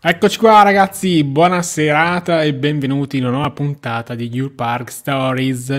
Eccoci qua ragazzi, buona serata e benvenuti in una nuova puntata di Your Park Stories.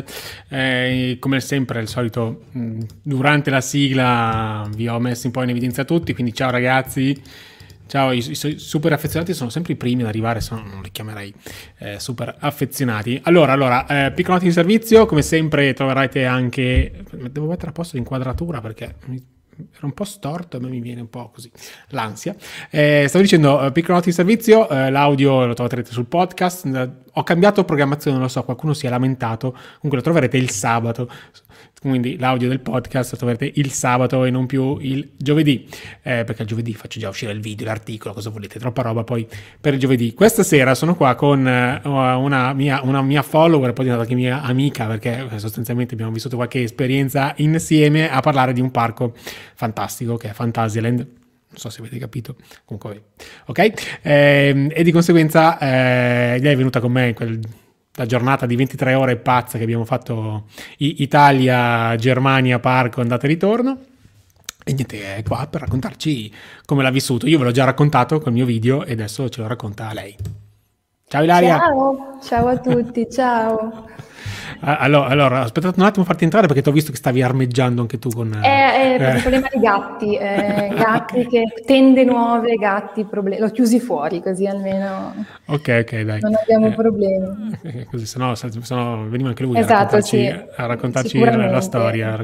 Come sempre, al solito, durante la sigla vi ho messo un po' in evidenza tutti, quindi ciao ragazzi. Ciao, i super affezionati sono sempre i primi ad arrivare, se no non li chiamerei super affezionati. Allora, piccolo noto di servizio, come sempre troverete anche... Devo mettere a posto l'inquadratura perché... era un po' storto e a me mi viene un po' così l'ansia. Stavo dicendo, piccolo noto di servizio, l'audio lo troverete sul podcast. Ho cambiato programmazione, non lo so, qualcuno si è lamentato, comunque lo troverete il sabato, quindi l'audio del podcast lo troverete il sabato e non più il giovedì, perché il giovedì faccio già uscire il video, l'articolo, cosa volete, troppa roba poi per il giovedì. Questa sera sono qua con una mia follower, poi diventata anche mia amica, perché sostanzialmente abbiamo vissuto qualche esperienza insieme a parlare di un parco fantastico che è Fantasyland. Non so se avete capito, comunque ok, e di conseguenza lei è venuta con me in la giornata di 23 ore pazza che abbiamo fatto Italia-Germania parco andata e ritorno, e niente, è qua per raccontarci come l'ha vissuto. Io ve l'ho già raccontato col mio video e adesso ce lo racconta lei. Ciao Ilaria! Ciao a tutti, ciao! Allora, aspettate un attimo a farti entrare perché ti ho visto che stavi armeggiando anche tu con... Per il problema dei gatti, gatti che tende nuove, gatti problemi, l'ho chiusi fuori così almeno ok, dai. Non abbiamo problemi. Così, sennò veniva anche lui Esatto, a raccontarci la storia.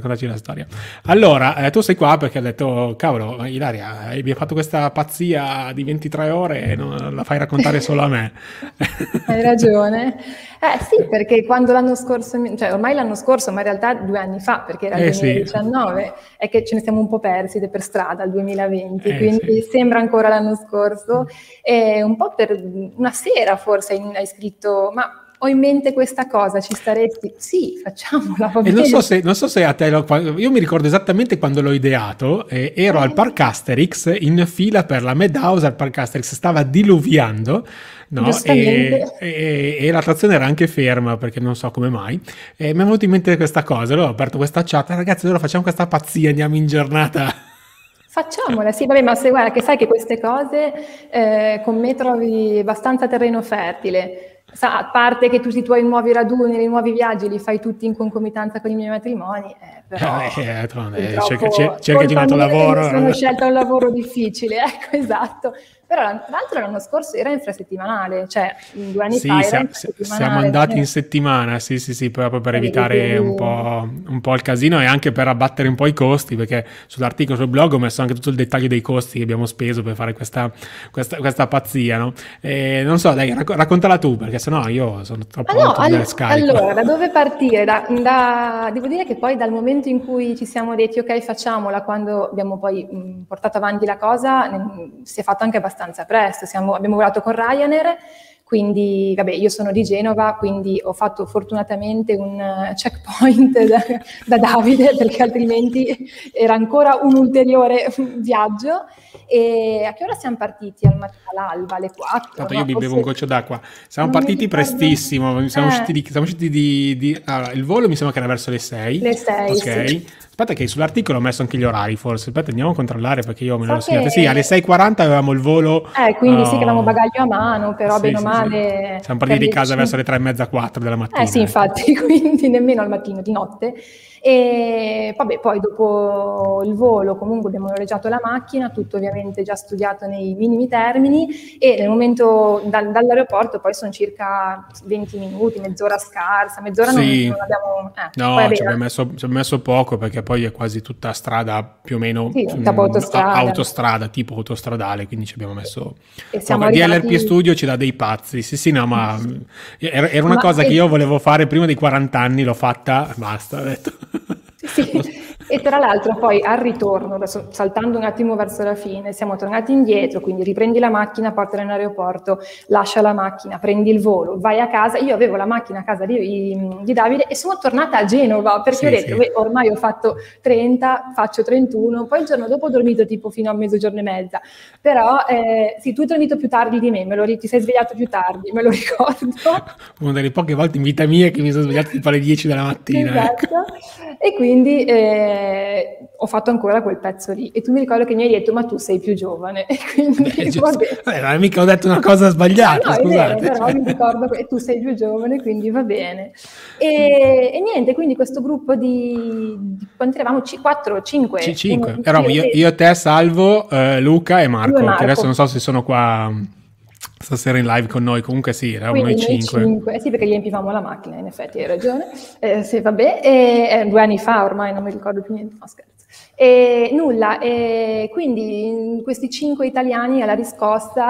Allora, tu sei qua perché ha detto, cavolo, Ilaria, abbiamo fatto questa pazzia di 23 ore e non la fai raccontare solo a me. Hai ragione. Sì, perché quando l'anno scorso, cioè ormai l'anno scorso, ma in realtà 2 anni fa, perché era il 2019, sì. È che ce ne siamo un po' persi per strada al 2020, quindi sì. Sembra ancora l'anno scorso. E un po' per una sera forse hai scritto, ma ho in mente questa cosa, ci staresti? Sì, facciamola. E non so se a te, io mi ricordo esattamente quando l'ho ideato, ero al Park Asterix in fila per la Madhouse, al Park Asterix stava diluviando, no? E l'attrazione era anche ferma perché non so come mai, e mi è venuta in mente questa cosa, allora ho aperto questa chat, ragazzi, allora facciamo questa pazzia, andiamo in giornata. Facciamola, sì, vabbè, ma se guarda che sai che queste cose con me trovi abbastanza terreno fertile. A parte che tutti i tuoi nuovi raduni, i nuovi viaggi li fai tutti in concomitanza con i miei matrimoni, però cerca di un altro lavoro. Mi sono scelta un lavoro difficile, ecco, esatto. Però tra l'altro l'anno scorso era infrasettimanale, cioè 2 anni fa era infrasettimanale. Siamo andati in settimana, sì, proprio per evitare un po' il casino e anche per abbattere un po' i costi, perché sull'articolo sul blog ho messo anche tutto il dettaglio dei costi che abbiamo speso per fare questa pazzia, no? Non so, dai, raccontala tu, perché sennò io sono troppo scarico. Allora, da dove partire? Devo dire che poi dal momento in cui ci siamo detti ok, facciamola, quando abbiamo poi portato avanti la cosa, si è fatto anche abbastanza presto. Abbiamo volato con Ryanair, quindi vabbè, io sono di Genova, quindi ho fatto fortunatamente un checkpoint da Davide, perché altrimenti era ancora un ulteriore viaggio. E a che ora siamo partiti? All'alba, alle 4? Tanto io bevo un goccio d'acqua. Siamo partiti prestissimo, siamo usciti allora, il volo mi sembra che era verso le 6. Le 6, ok. Sì. Aspetta che sull'articolo ho messo anche gli orari forse. Aspetta, andiamo a controllare perché io me l'ho segnato. Sì, alle 6:40 avevamo il volo. Quindi sì che avevamo bagaglio a mano, però bene o male... Siamo partiti di casa verso le 3:30, 4 della mattina. Sì, infatti, quindi nemmeno al mattino, di notte. E vabbè, poi dopo il volo comunque abbiamo noleggiato la macchina, tutto ovviamente già studiato nei minimi termini, e nel momento dall'aeroporto poi sono circa 20 minuti, mezz'ora scarsa, mezz'ora sì. non abbiamo... No, ci abbiamo messo poco perché poi è quasi tutta strada più o meno, sì, autostrada, tipo autostradale, quindi ci abbiamo messo... Arrivati... DLRP Studio ci dà dei pazzi, sì, no, ma era una cosa che io volevo fare prima dei 40 anni, l'ho fatta, basta, ho detto... Sì, e tra l'altro poi al ritorno, adesso saltando un attimo verso la fine, siamo tornati indietro, quindi riprendi la macchina, portala in aeroporto, lascia la macchina, prendi il volo, vai a casa. Io avevo la macchina a casa di Davide e sono tornata a Genova perché ho detto, ormai ho fatto 30, faccio 31, poi il giorno dopo ho dormito tipo fino a mezzogiorno e mezza, però sì, tu hai dormito più tardi di me, ti sei svegliato più tardi, me lo ricordo. Una delle poche volte in vita mia che mi sono svegliato tipo alle 10 della mattina. Esatto. E quindi ho fatto ancora quel pezzo lì. E tu mi ricordo che mi hai detto, ma tu sei più giovane. E quindi, vabbè, mica ho detto una cosa sbagliata, no, scusate. È vero, però mi ricordo che tu sei più giovane, quindi va bene. E niente, quindi questo gruppo di quanti eravamo? 4, 5? 5. Eravamo io, te, Salvo, Luca e Marco, che adesso non so se sono qua stasera in live con noi. Comunque sì, eravamo noi 5. Sì, perché riempivamo la macchina, in effetti hai ragione. Sì, vabbè, 2 anni fa ormai, non mi ricordo più niente, no scherzo. E nulla, quindi questi 5 italiani alla riscossa,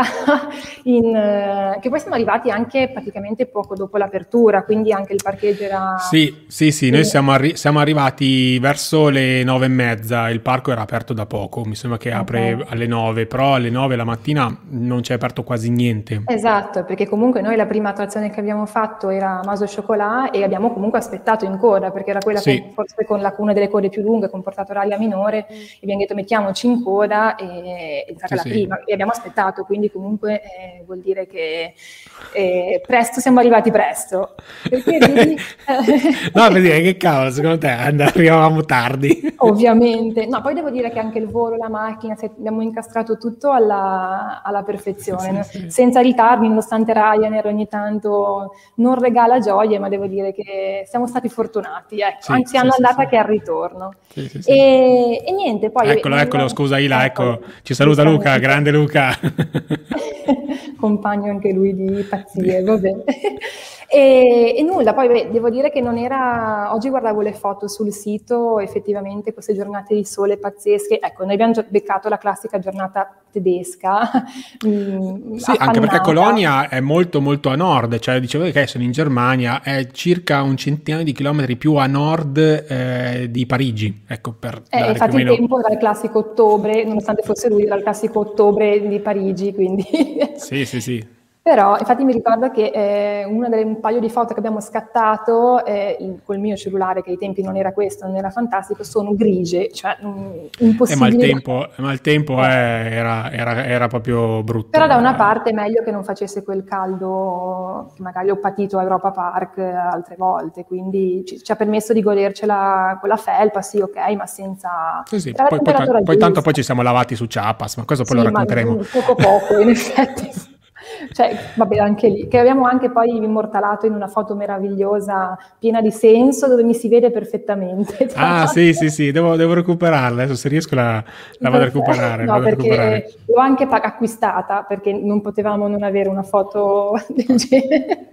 che poi siamo arrivati anche praticamente poco dopo l'apertura, quindi anche il parcheggio era... Sì, noi siamo arrivati verso le 9:30, il parco era aperto da poco, mi sembra che apre alle 9, però alle 9 la mattina non c'è aperto quasi niente. Esatto, perché comunque noi la prima attrazione che abbiamo fatto era Maso Chocolat e abbiamo comunque aspettato in coda, perché era quella forse con una delle code più lunghe, con portato orario minore, e abbiamo detto mettiaamoci in coda e è stata la prima, e abbiamo aspettato, quindi comunque vuol dire che presto siamo arrivati presto. Perché no, per dire che cavolo, secondo te arrivavamo tardi? Ovviamente, no, poi devo dire che anche il volo, la macchina, abbiamo incastrato tutto alla perfezione, senza ritardi, nonostante Ryanair ogni tanto non regala gioie, ma devo dire che siamo stati fortunati, ecco, anzi andata che al ritorno. E niente, poi... Eccolo, scusa Ila, ecco, ci saluta Luca, grande Luca. Compagno anche lui di pazzie, va bene. E nulla, poi devo dire che non era... Oggi guardavo le foto sul sito, effettivamente queste giornate di sole pazzesche, ecco, noi abbiamo beccato la classica giornata tedesca. Sì, anche perché Colonia è molto molto a nord, cioè dicevo che sono in Germania, è circa un centinaio di chilometri più a nord di Parigi, ecco, per dare infatti il tempo era il classico ottobre, nonostante fosse lui, era il classico ottobre di Parigi, quindi... Sì. Però infatti mi ricordo che una delle un paio di foto che abbiamo scattato col mio cellulare, che ai tempi non era questo, non era fantastico, sono grigie, cioè impossibile. Ma il tempo era proprio brutto. Però da una parte è meglio che non facesse quel caldo che magari ho patito a Europa Park altre volte, quindi ci ha permesso di godercela con la felpa, sì, ok, ma senza... Sì. Poi tanto poi ci siamo lavati su Chiapas, ma questo poi lo racconteremo. Poco, in effetti. Cioè, vabbè, anche lì, che abbiamo anche poi immortalato in una foto meravigliosa, piena di senso, dove mi si vede perfettamente. Sì, devo recuperarla, adesso se riesco la vado a recuperare. No, perché l'ho anche acquistata, perché non potevamo non avere una foto del genere.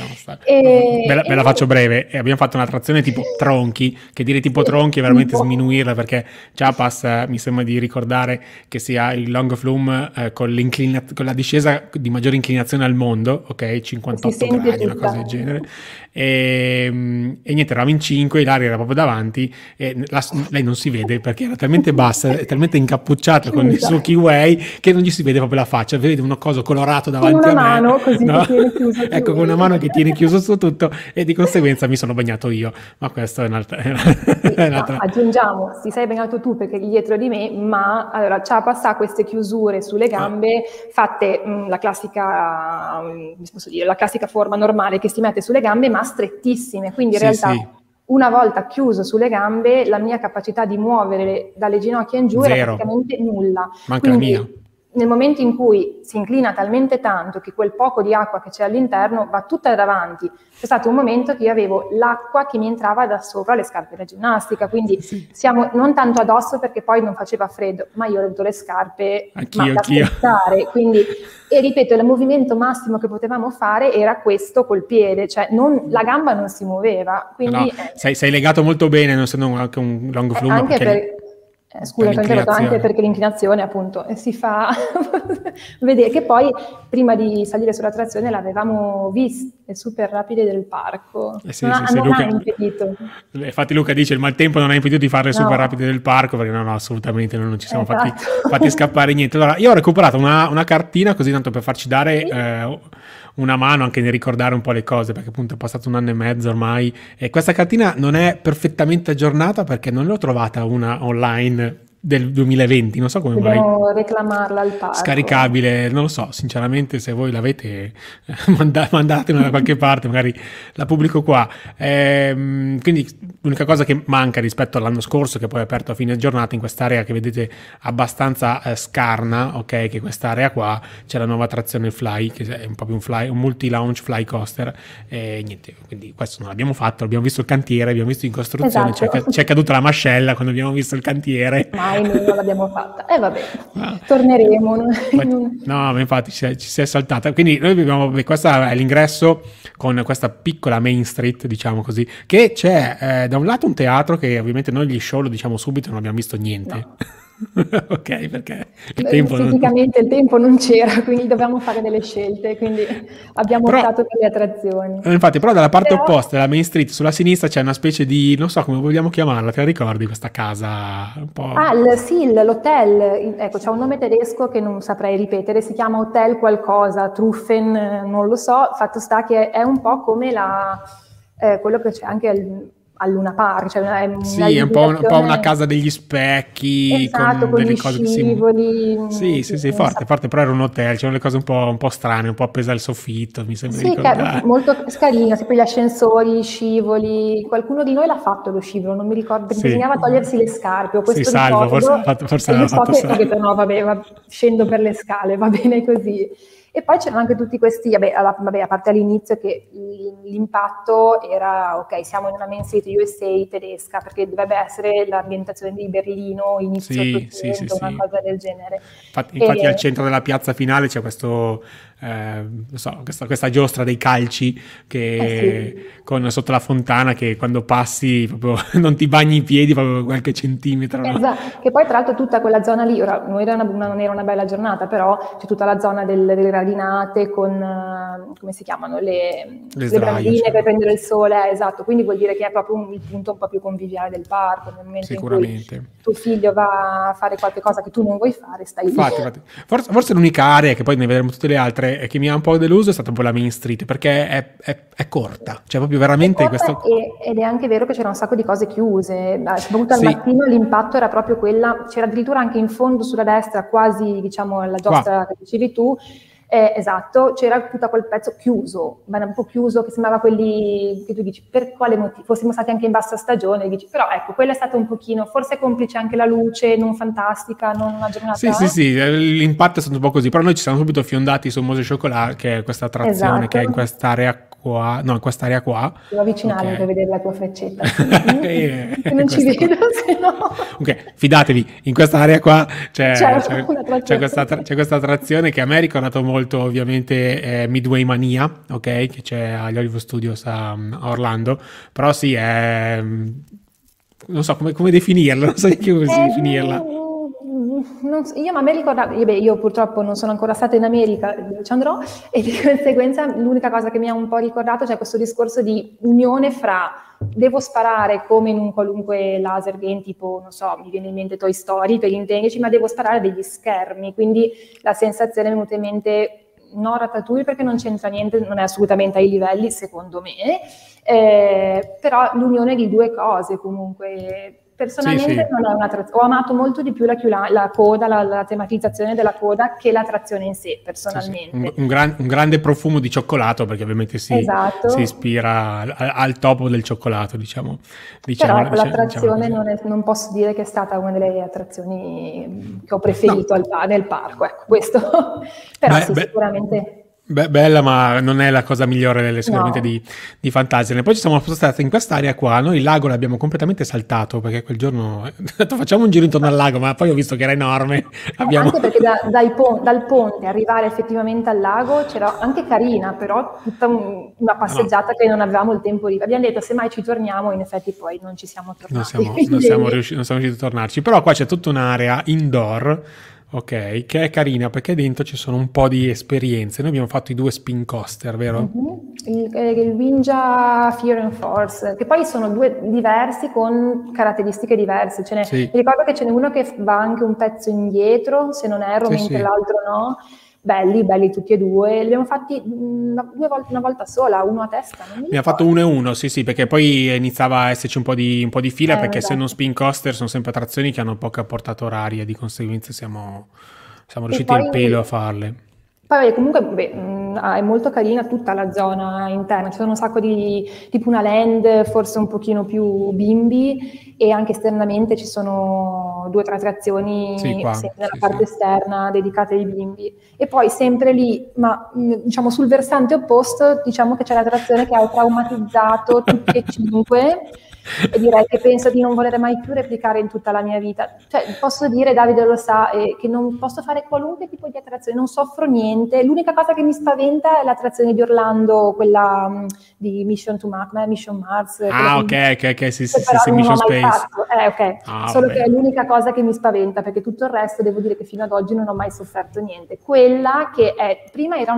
Ve la faccio breve. Abbiamo fatto una trazione tipo tronchi, che dire tipo tronchi è veramente sminuirla, perché Chiapas mi sembra di ricordare che sia il Long Flume con la discesa di maggiore inclinazione al mondo, ok, 58 gradi, una cosa del genere. E niente, eravamo in 5, Ilaria era proprio davanti e lei non si vede perché era talmente bassa e talmente incappucciata con il suo keyway che non gli si vede proprio la faccia, vede una cosa colorato davanti a me, mano così, no? Che tiene chiuso ecco, con una mano che tiene chiuso su tutto, e di conseguenza mi sono bagnato io, ma questo è un'altra... Aggiungiamo, ti sei bagnato tu perché dietro di me, ma allora Chiapas ha queste chiusure sulle gambe fatte la classica forma normale che si mette sulle gambe, ma strettissime, quindi in realtà una volta chiuso sulle gambe la mia capacità di muovere dalle ginocchia in giù era praticamente nulla. Manca quindi, la mia. Nel momento in cui si inclina talmente tanto che quel poco di acqua che c'è all'interno va tutta davanti, c'è stato un momento che io avevo l'acqua che mi entrava da sopra le scarpe da ginnastica, quindi siamo non tanto addosso perché poi non faceva freddo, ma io ho avuto le scarpe da spezzare, quindi, e ripeto, il movimento massimo che potevamo fare era questo col piede, cioè la gamba non si muoveva. Quindi, sei legato molto bene, non essendo anche un long flume. Anche scusa, anche perché l'inclinazione appunto si fa vedere che poi prima di salire sulla trazione l'avevamo vista, le super rapide del parco, non ha impedito. Infatti Luca dice il maltempo non ha impedito di fare le super rapide del parco, perché no, assolutamente non ci siamo fatti scappare niente. Allora io ho recuperato una cartina così tanto per farci dare una mano anche nel ricordare un po' le cose, perché appunto è passato 1 anno e mezzo ormai e questa cartina non è perfettamente aggiornata perché non l'ho trovata una online del 2020, non so come mai. Dobbiamo reclamarla al parco. Scaricabile, non lo so, sinceramente se voi l'avete mandatela da qualche parte, magari la pubblico qua. Quindi l'unica cosa che manca rispetto all'anno scorso, che poi è aperto a fine giornata, in quest'area che vedete abbastanza scarna, ok, che è quest'area qua, c'è la nuova attrazione Fly, che è proprio un multi-launch fly coaster, e niente, quindi questo non l'abbiamo fatto, abbiamo visto il cantiere, abbiamo visto in costruzione, Esatto. c'è caduta la mascella quando abbiamo visto il cantiere. Mai non l'abbiamo fatta. Vabbè, torneremo. No, ma infatti ci si è saltata. Quindi noi abbiamo, questo è l'ingresso con questa piccola Main Street, diciamo così, che c'è da un lato un teatro che ovviamente noi gli show lo diciamo subito, non abbiamo visto niente. No. Ok, perché il tempo fisicamente il tempo non c'era, quindi dovevamo fare delle scelte, quindi abbiamo optato per le attrazioni. Infatti, però dalla parte opposta della Main Street, sulla sinistra, c'è una specie di, non so come vogliamo chiamarla, te la ricordi questa casa un po'? Sì, l'hotel, ecco, c'è un nome tedesco che non saprei ripetere, si chiama Hotel qualcosa, Truffen, non lo so, fatto sta che è un po' come quello che c'è anche al Luna Park, cioè sì, è un po' una casa degli specchi, esatto, con delle gli cose scivoli. Sì, forte, però era un hotel, c'erano le cose un po' strane, un po' appese al soffitto, mi sembra di ricordare. Molto carino, tipo gli ascensori, scivoli, qualcuno di noi l'ha fatto lo scivolo, non mi ricordo, perché bisognava togliersi le scarpe, o questo Salvo, ricordo, forse l'aveva fatto Salvo. Ho detto no, vabbè, scendo per le scale, va bene così. E poi c'erano anche tutti questi, a parte all'inizio che l'impatto era, ok, siamo in una Main Street USA tedesca, perché dovrebbe essere l'ambientazione di Berlino, inizio Ottocento, una cosa del genere. Infatti al centro della piazza finale c'è questo, non so, questa giostra dei calci che sotto la fontana, che quando passi proprio non ti bagni i piedi proprio qualche centimetro. No? Esatto, che poi tra l'altro tutta quella zona lì, ora non era una bella giornata, però c'è tutta la zona delle gradinate con, come si chiamano, le brandine per prendere il sole, esatto, quindi vuol dire che è proprio il punto un po' più conviviale del parco, nel momento in cui tuo figlio va a fare qualche cosa che tu non vuoi fare, stai lì. Infatti. Forse l'unica area, che poi ne vedremo tutte le altre, che mi ha un po' deluso è stata un po' la Main Street, perché è corta, cioè proprio veramente questo... Ed è anche vero che c'era un sacco di cose chiuse, soprattutto al mattino l'impatto era proprio quella, c'era addirittura anche in fondo sulla destra, quasi diciamo la giostra che dicevi tu, esatto, c'era tutto quel pezzo chiuso, ma era un po' chiuso, che sembrava quelli che tu dici per quale motivo, fossimo stati anche in bassa stagione, dici, però ecco, quello è stato un pochino, forse complice anche la luce, non fantastica, non una giornata... Sì, l'impatto è stato un po' così, però noi ci siamo subito fiondati su Mose Chocolat, che è questa attrazione che è in quest'area qua, no, in quest'area qua. Devo avvicinarmi per vedere la tua freccetta. Non ci vedo, se no... Ok, fidatevi, in quest'area qua c'è questa attrazione che a me ha ricordato molto ovviamente Midway Mania, ok, che c'è agli Hollywood Studios a Orlando, però sì, è... non so come definirla, non so neanche come definirla. Io mi ricordavo, io purtroppo non sono ancora stata in America, ci andrò, e di conseguenza l'unica cosa che mi ha un po' ricordato c'è questo discorso di unione fra devo sparare come in un qualunque laser game, tipo, non so, mi viene in mente Toy Story per intenderci, ma devo sparare degli schermi, quindi la sensazione è venuta in mente non Ratatouille perché non c'entra niente, non è assolutamente ai livelli secondo me, però l'unione di due cose comunque. Personalmente non è ho amato molto di più la coda, la tematizzazione della coda che l'attrazione in sé, personalmente. Un grande profumo di cioccolato, perché ovviamente si ispira al topo del cioccolato, diciamo. Però l'attrazione non posso dire che è stata una delle attrazioni che ho preferito nel parco, ecco, questo. Però sicuramente... bella, ma non è la cosa migliore sicuramente di Fantasyland. Poi ci siamo spostati in quest'area qua, noi il lago l'abbiamo completamente saltato, perché quel giorno ho detto facciamo un giro intorno al lago, ma poi ho visto che era enorme. Anche perché dal ponte arrivare effettivamente al lago c'era anche carina, però tutta una passeggiata che non avevamo il tempo di... Abbiamo detto se mai ci torniamo, in effetti poi non ci siamo tornati. Non siamo riusciti a tornarci, però qua c'è tutta un'area indoor, ok, che è carina perché dentro ci sono un po' di esperienze. Noi abbiamo fatto i 2 spin coaster, vero? Il Winja Fear and Force, che poi sono 2 diversi con caratteristiche diverse. Mi ricordo che ce n'è uno che va anche un pezzo indietro, se non erro, mentre l'altro no. belli, belli tutti e due. Li abbiamo fatti una volta sola, uno a testa, non mi Abbiamo fatto ricordo. 1 e 1, sì, perché poi iniziava a esserci un po' di fila, perché essendo un Esatto. spin coaster sono sempre attrazioni che hanno poca portata oraria, di conseguenza siamo E riusciti poi, al pelo a farle. vabbè, comunque beh, è molto carina tutta la zona interna, ci sono un sacco di, tipo una land forse un pochino più bimbi e anche esternamente ci sono 2 o 3 Sì, attrazioni qua, sempre nella sì, parte sì. esterna dedicate ai bimbi. E poi sempre lì, ma diciamo sul versante opposto, diciamo che c'è l'attrazione che ha traumatizzato tutti e 5 e direi che penso di non volere mai più replicare in tutta la mia vita. Cioè, posso dire, Davide lo sa, che non posso fare qualunque tipo di attrazione, non soffro niente. L'unica cosa che mi spaventa è l'attrazione di Orlando, quella di Mission to Mars, Mission Mars, quella Ah, che, ok, ok, ok, sì, sì, che sì, però sì, non Mission ho mai Space. fatto. Ok, Ah, solo che vabbè. è l'unica cosa che mi spaventa, perché tutto il resto devo dire che fino ad oggi non ho mai sofferto niente. Quella che è, prima era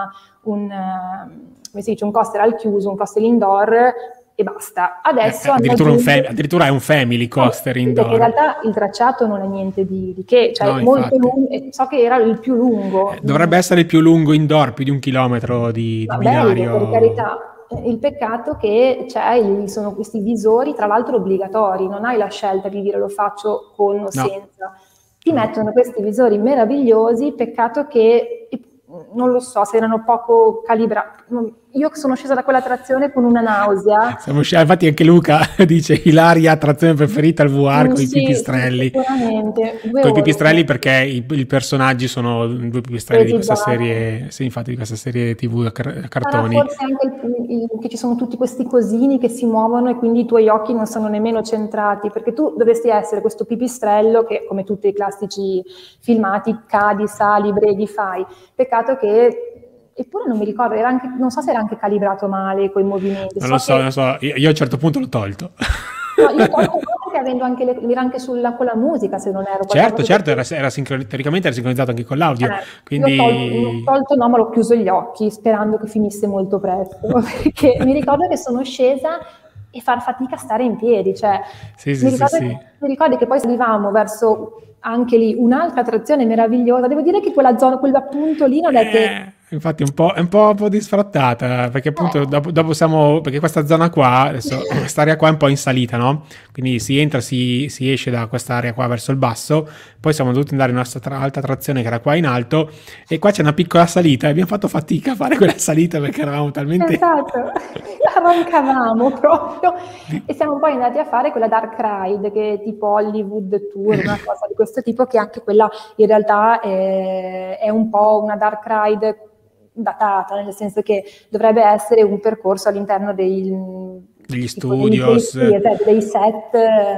come si dice, un coaster al chiuso, un coaster indoor, e basta. Adesso hanno Addirittura, aggiunto, addirittura è un family coaster sì, perché in indoor. realtà il tracciato non è niente di che, cioè No, è molto infatti. lungo, e so che era il più lungo, Dovrebbe essere il più lungo indoor, più di 1 chilometro di ma bello per binario. carità. Il peccato che sono questi visori, tra l'altro obbligatori, non hai la scelta di dire lo faccio con o No, senza. Ti no. mettono questi visori meravigliosi, peccato che non lo so se erano poco calibrati. Io sono scesa da quell'attrazione con una nausea. Infatti anche Luca dice Ilaria, attrazione preferita al VR con i Sì, sì, pipistrelli. sicuramente. 2 Con i ore pipistrelli perché i personaggi sono 2 pipistrelli di questa presidiati. serie, sì, infatti di questa serie TV a Sarà cartoni. forse anche che ci sono tutti questi cosini che si muovono e quindi i tuoi occhi non sono nemmeno centrati, perché tu dovresti essere questo pipistrello che, come tutti i classici filmati, cadi, sali, breghi, fai. Peccato che, eppure non mi ricordo, non so se era anche calibrato male coi movimenti. Non lo So so, non lo che, so, io a un certo punto l'ho tolto. no, io ho tolto anche avendo anche era anche con la musica, se non ero qualcosa Certo, così. certo, teoricamente era sincronizzato anche con l'audio, Io ho quindi tolto, no, ma l'ho chiuso gli occhi sperando che finisse molto presto, perché mi ricordo che sono scesa e far fatica a stare in piedi, cioè sì, sì, sì, sì. mi ricordo che poi salivamo verso anche lì un'altra attrazione meravigliosa, devo dire che quella zona, quel punto lì non è che... Infatti è un po' disfrattata, perché appunto dopo siamo, perché questa zona qua, adesso, quest'area qua è un po' in salita, no? Quindi si entra, si esce da quest'area qua verso il basso, poi siamo dovuti andare in una alta trazione che era qua in alto, e qua c'è una piccola salita, e abbiamo fatto fatica a fare quella salita perché eravamo talmente... Esatto, arrancavamo proprio e siamo poi andati a fare quella Dark Ride che è tipo Hollywood Tour, una cosa di questo tipo, che anche quella in realtà è un po' una Dark Ride datata, nel senso che dovrebbe essere un percorso all'interno degli tipo studios, sì, esatto, dei set,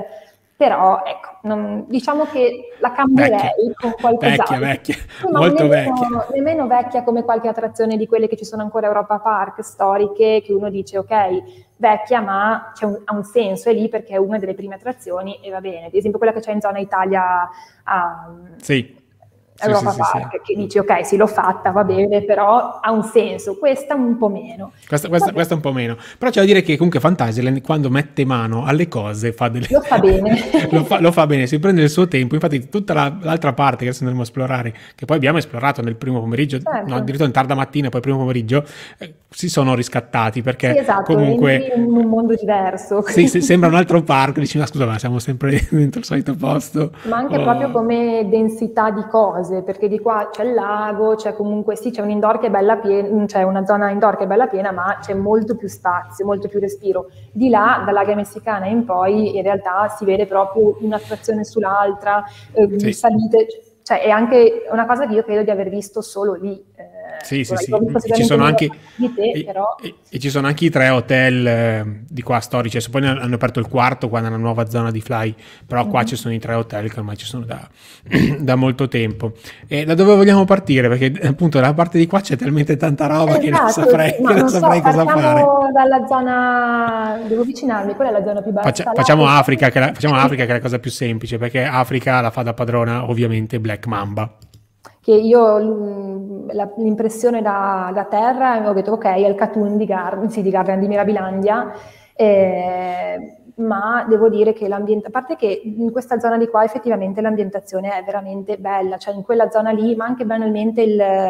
però ecco, diciamo che la vecchia, cambierei con vecchia, qualcos'altro. vecchia, Sì, ma molto vecchia. nemmeno vecchia come qualche attrazione di quelle che ci sono ancora a Europa Park, storiche, che uno dice ok, vecchia, ma ha un senso, è lì perché è una delle prime attrazioni e va bene. Ad esempio quella che c'è in zona Italia a Sì, sì, sì, Europa sì, sì. Park, che dici ok, sì, l'ho fatta, va bene, però ha un senso, questa un po' meno. Questa un po' meno. Però c'è da dire che comunque Fantasyland quando mette mano alle cose fa delle... Lo fa bene. lo fa bene, si prende il suo tempo. Infatti tutta l'altra parte che adesso andremo a esplorare, che poi abbiamo esplorato nel primo pomeriggio, no, Certo. addirittura in tarda mattina, poi primo pomeriggio, si sono riscattati Sì, perché esatto, comunque... entri in un mondo diverso. Sì, sembra un altro parco, dici ma scusa ma siamo sempre dentro il solito posto. Ma anche proprio Oh. come densità di cose, perché di qua c'è il lago, c'è comunque sì, c'è un indoor che è bella piena, c'è una zona indoor che è bella piena, ma c'è molto più spazio, molto più respiro. Di là, dall'Aga Messicana in poi, in realtà si vede proprio un'attrazione sull'altra, Sì. salite, cioè è anche una cosa che io credo di aver visto solo lì. Sì, sì, L'ho sì, visto e ci sicuramente sono meno anche, di te, e- però... e ci sono anche i 3 hotel di qua storici. Adesso poi ne hanno aperto il quarto qua nella nuova zona di Fly, però qua ci sono i 3 hotel che ormai ci sono da, da molto tempo. E da dove vogliamo partire? Perché appunto da parte di qua c'è talmente tanta roba che non Esatto, saprei, sì, che ma non non so, saprei cosa fare. partiamo dalla zona, devo avvicinarmi, quella è la zona più bassa, Facciamo l'Africa. Africa, facciamo Africa che è la cosa più semplice, perché Africa la fa da padrona ovviamente Black Mamba. Che io l'impressione da terra ho detto ok, è il cartoon di Garden, sì, di Garden di Mirabilandia, ma devo dire che a parte che in questa zona di qua effettivamente l'ambientazione è veramente bella, cioè in quella zona lì, ma anche banalmente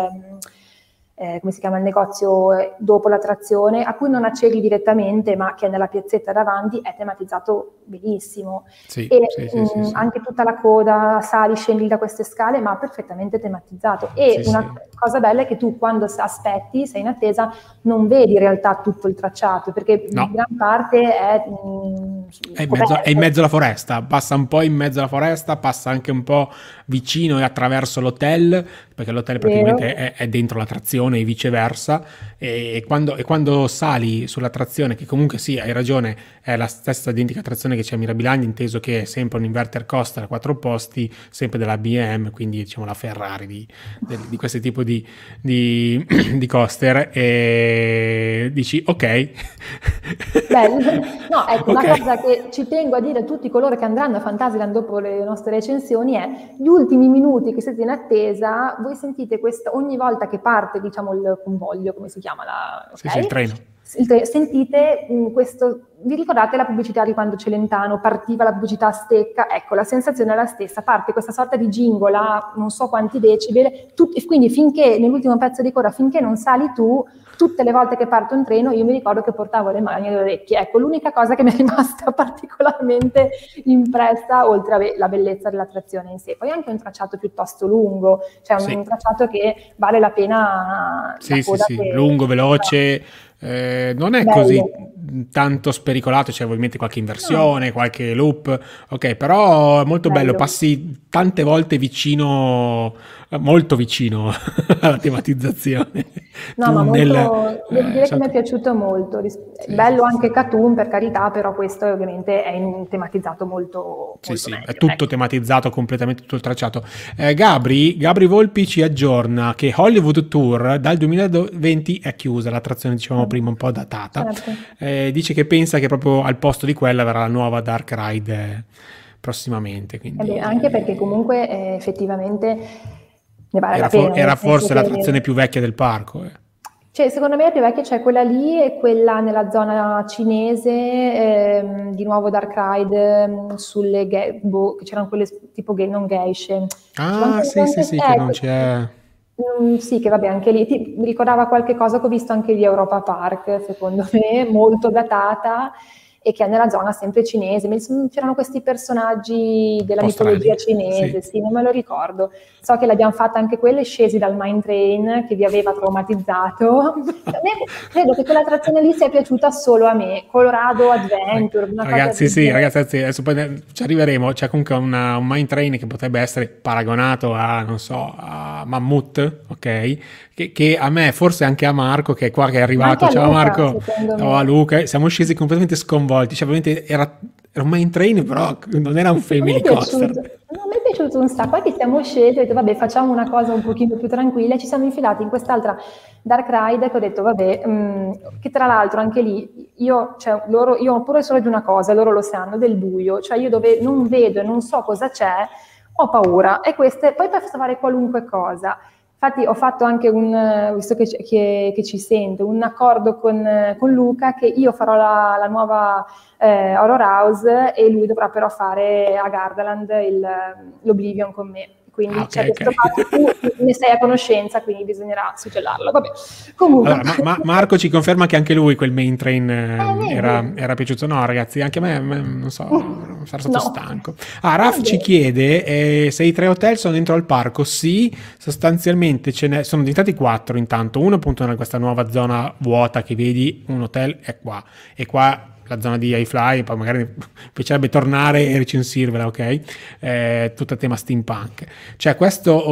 come si chiama il negozio dopo l'attrazione, a cui non accedi direttamente, ma che è nella piazzetta davanti, è tematizzato benissimo. Sì, E sì. anche tutta la coda, sali, scendi da queste scale, ma perfettamente tematizzato. E una cosa bella è che tu quando aspetti, sei in attesa, non vedi in realtà tutto il tracciato, perché gran parte è in mezzo alla foresta, passa un po' in mezzo alla foresta, passa anche un po' vicino e attraverso l'hotel, perché l'hotel praticamente è dentro l'attrazione e viceversa, e quando sali sull'attrazione, che comunque sì, hai ragione, è la stessa identica attrazione che c'è a Mirabilandia, inteso che è sempre un inverter coaster a 4 posti, sempre della BM, quindi diciamo la Ferrari di questo tipo di coaster, e dici ok. Bello. No, ecco, una cosa che ci tengo a dire a tutti coloro che andranno a Fantasyland dopo le nostre recensioni è: gli ultimi minuti che siete in attesa, voi sentite questo ogni volta che parte, diciamo, il convoglio, come si chiama? Sì, il treno. Sentite questo, vi ricordate la pubblicità di quando Celentano partiva la pubblicità a stecca? Ecco, la sensazione è la stessa, parte questa sorta di jingle a non so quanti decibel, quindi finché, nell'ultimo pezzo di coda, finché non sali tu, tutte le volte che parte un treno io mi ricordo che portavo le mani alle orecchie. Ecco, l'unica cosa che mi è rimasta particolarmente impressa, oltre alla bellezza dell'attrazione in sé. Poi anche un tracciato piuttosto lungo, cioè un tracciato che vale la pena la coda che... lungo, veloce, non è così tanto spericolato, c'è ovviamente qualche inversione, qualche loop, ok, però è molto bello, passi tante volte vicino, molto vicino alla tematizzazione. No, ma molto, devo dire che mi è piaciuto molto. Bello anche Cartoon, per carità, però questo ovviamente è tematizzato molto meglio, è tutto tematizzato, completamente tutto il tracciato. Gabri Volpi ci aggiorna che Hollywood Tour dal 2020 è chiusa, l'attrazione dicevamo prima un po' datata. Dice che pensa che proprio al posto di quella verrà la nuova Dark Ride prossimamente. Quindi, anche perché comunque effettivamente ne vale la pena. Era forse l'attrazione più vecchia del parco. Cioè, secondo me la più vecchia c'è quella lì e quella nella zona cinese, di nuovo Dark Ride, sulle che c'erano quelle tipo non geishe. Ah, sì, che non c'è... Sì, che vabbè, anche lì mi ricordava qualche cosa che ho visto anche di Europa Park, secondo me, molto datata, e che è nella zona sempre cinese. C'erano questi personaggi della mitologia cinese, sì, non me lo ricordo. So che l'abbiamo fatta anche quelle scesi dal Mine Train che vi aveva traumatizzato. Credo che quell'attrazione lì sia piaciuta solo a me. Colorado Adventure, ragazzi, adesso poi ci arriveremo. C'è comunque un Mine Train che potrebbe essere paragonato a, non so, a Mammut, ok? Che a me, forse anche a Marco, che è qua, che è arrivato. Ciao Luca, Marco, ciao a Luca. Siamo scesi completamente sconvolti. Cioè, ovviamente era un Mine Train, però non era un family coaster. Non mi è piaciuto un sacco. Poi che siamo scesi, ho detto vabbè, facciamo una cosa un pochino più tranquilla. Ci siamo infilati in quest'altra Dark Ride che ho detto vabbè, che tra l'altro anche lì io ho pure solo di una cosa, loro lo sanno, del buio. Cioè io dove non vedo e non so cosa c'è, ho paura. E poi posso fare qualunque cosa. Infatti ho fatto anche visto che ci sente, un accordo con Luca che io farò la nuova Horror House e lui dovrà però fare a Gardaland l'Oblivion con me. Quindi questo fatto, tu ne sei a conoscenza, quindi bisognerà suggellarlo. Vabbè. Comunque. Allora, Marco ci conferma che anche lui quel Main Train era piaciuto. No, ragazzi, anche a me non so, sarà stato stanco. Raf ci chiede se i 3 hotel sono dentro al parco. Sì, sostanzialmente sono diventati 4 intanto. Uno appunto in questa nuova zona vuota che vedi, un hotel è qua. E qua la zona di iFly, poi magari mi piacerebbe tornare e recensirvela, ok? Tutto a tema steampunk. C'è questo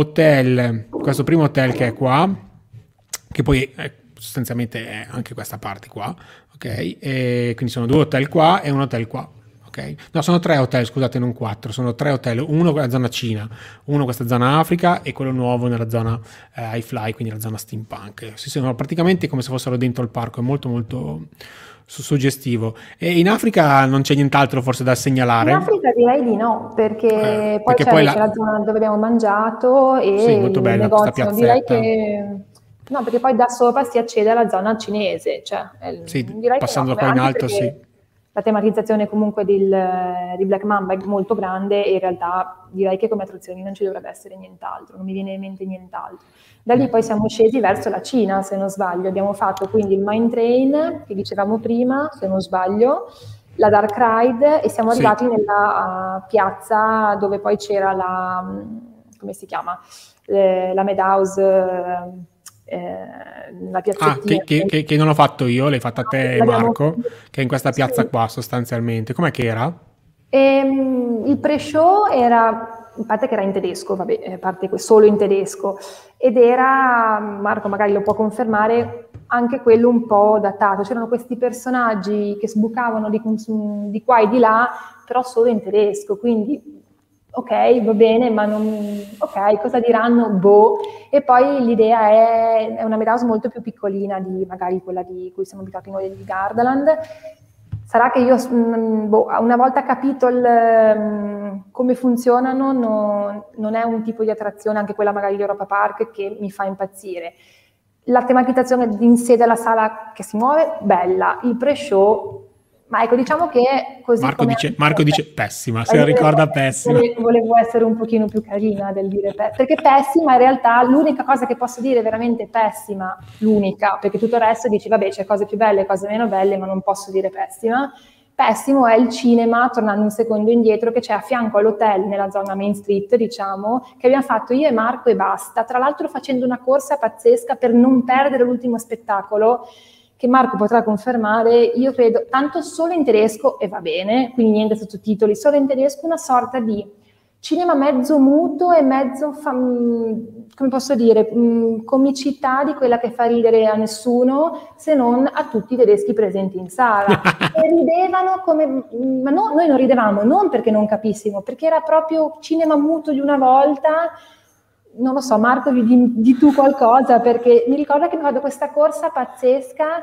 primo hotel che è qua, che poi sostanzialmente è anche questa parte qua, ok? E quindi sono 2 hotel qua e un hotel qua. Okay. No, sono 3 hotel, scusate, non 4, sono 3 hotel, uno nella zona Cina, uno questa zona Africa e quello nuovo nella zona iFly, quindi la zona steampunk. Sono praticamente come se fossero dentro il parco, è molto molto suggestivo. E in Africa non c'è nient'altro forse da segnalare? In Africa direi di no, perché poi c'è la zona dove abbiamo mangiato e molto bella, il negozio, direi che... No, perché poi da sopra si accede alla zona cinese, cioè direi passando che qua in alto, sì. la tematizzazione comunque di Black Mamba è molto grande e in realtà direi che come attrazioni non ci dovrebbe essere nient'altro, non mi viene in mente nient'altro. Da lì poi siamo scesi verso la Cina, se non sbaglio, abbiamo fatto quindi il Mine Train, che dicevamo prima, se non sbaglio, la Dark Ride e siamo arrivati nella piazza dove poi c'era come si chiama? La Madhouse, la piazzettina. Che non ho fatto io, l'hai fatta te, Marco, che è in questa piazza qua sostanzialmente. Com'è che era? Il pre-show era, a parte che era in tedesco, vabbè, a parte solo in tedesco, ed era, Marco magari lo può confermare, anche quello un po' datato. C'erano questi personaggi che sbucavano di qua e di là, però solo in tedesco, quindi ok, va bene, ma non... ok, cosa diranno? Boh. E poi l'idea è una Madhouse molto più piccolina di magari quella di cui siamo abituati noi di Gardaland. Sarà che io, una volta capito come funzionano, non è un tipo di attrazione, anche quella magari di Europa Park, che mi fa impazzire. La tematizzazione in sé della sala che si muove, bella. Il pre-show, ma ecco, diciamo che così Marco dice pessima, se la ricorda pessima. Volevo essere un pochino più carina del dire perché pessima in realtà l'unica cosa che posso dire veramente pessima, l'unica, perché tutto il resto dici vabbè c'è cose più belle, cose meno belle, ma non posso dire pessima. Pessimo è il cinema, tornando un secondo indietro, che c'è a fianco all'hotel, nella zona Main Street, diciamo, che abbiamo fatto io e Marco e basta, tra l'altro facendo una corsa pazzesca per non perdere l'ultimo spettacolo, che Marco potrà confermare, io credo, tanto solo in tedesco, e va bene, quindi niente sottotitoli, solo in tedesco, una sorta di cinema mezzo muto e mezzo, come posso dire, comicità di quella che fa ridere a nessuno, se non a tutti i tedeschi presenti in sala. E ridevano come... ma no, noi non ridevamo, non perché non capissimo, perché era proprio cinema muto di una volta. Non lo so, Marco, di tu qualcosa, perché mi ricordo che mi ho fatto questa corsa pazzesca,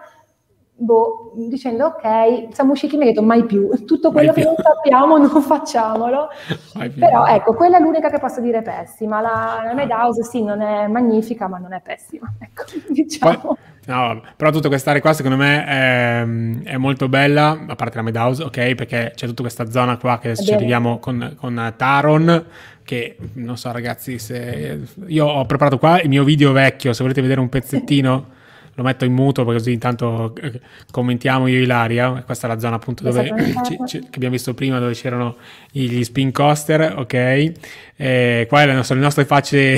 dicendo ok, siamo usciti e mi ha detto mai più, tutto quello che non sappiamo non facciamolo. Però ecco, quella è l'unica che posso dire pessima. La Madhouse sì, non è magnifica, ma non è pessima, ecco, diciamo. No, però tutta quest'area qua secondo me è molto bella, a parte la Madhouse, ok, perché c'è tutta questa zona qua che adesso ci arriviamo con Taron, che non so ragazzi, se io ho preparato qua il mio video vecchio, se volete vedere un pezzettino lo metto in muto così intanto commentiamo io e Ilaria. Questa è la zona appunto dove che abbiamo visto prima, dove c'erano gli spin coaster, ok, qua sono le nostre facce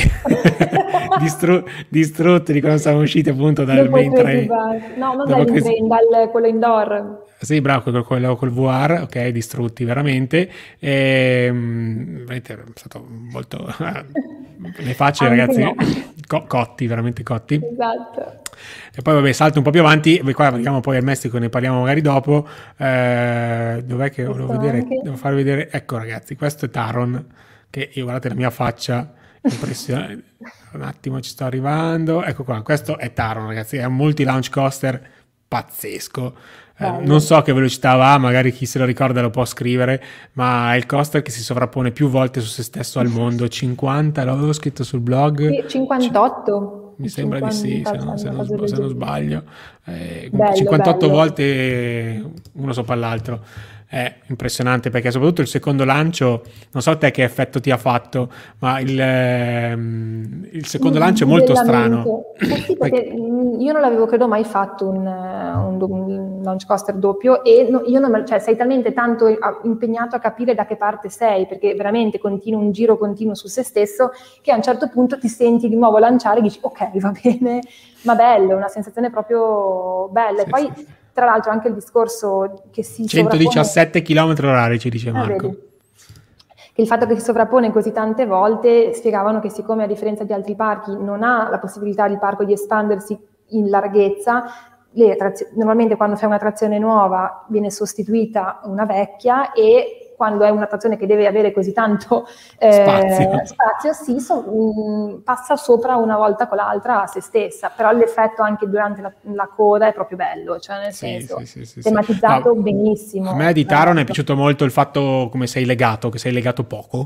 distrutte di quando siamo usciti appunto dal main train. No, non dal main train, dal quello indoor. Sì, bravo, col VR, ok, distrutti veramente. Veramente è stato molto... le facce, ragazzi, no. Cotti, veramente cotti. Esatto. E poi, vabbè, salto un po' più avanti, qua arriviamo poi al Messico, ne parliamo magari dopo. Dov'è che volevo vedere? Devo far vedere... Ecco, ragazzi, questo è Taron, che io, guardate la mia faccia, impressionante. Un attimo, ci sto arrivando. Ecco qua, questo è Taron, ragazzi, è un multi-launch coaster pazzesco. Non so che velocità va, magari chi se lo ricorda lo può scrivere, ma è il coaster che si sovrappone più volte su se stesso al mondo. 50, l'avevo scritto sul blog. 58. Mi sembra di sì, se non sbaglio. 58 bello. Volte uno sopra l'altro. È impressionante, perché soprattutto il secondo lancio, non so te che effetto ti ha fatto, ma il secondo lancio è molto strano. Sì, perché io non l'avevo credo mai fatto un launch coaster doppio e io non, cioè, sei talmente tanto impegnato a capire da che parte sei, perché veramente continua un giro continuo su se stesso, che a un certo punto ti senti di nuovo lanciare e dici ok, va bene, ma bello, è una sensazione proprio bella. Sì, e poi sì. Tra l'altro anche il discorso che si 117 km/h ci dice Marco. Che il fatto che si sovrappone così tante volte, spiegavano che siccome a differenza di altri parchi non ha la possibilità il parco di espandersi in larghezza, normalmente quando fai un'attrazione nuova viene sostituita una vecchia e quando è un'attrazione che deve avere così tanto spazio sì, passa sopra una volta con l'altra a se stessa, però l'effetto anche durante la coda è proprio bello, cioè nel senso tematizzato benissimo. A me di Taron è piaciuto molto il fatto come sei legato, che sei legato poco.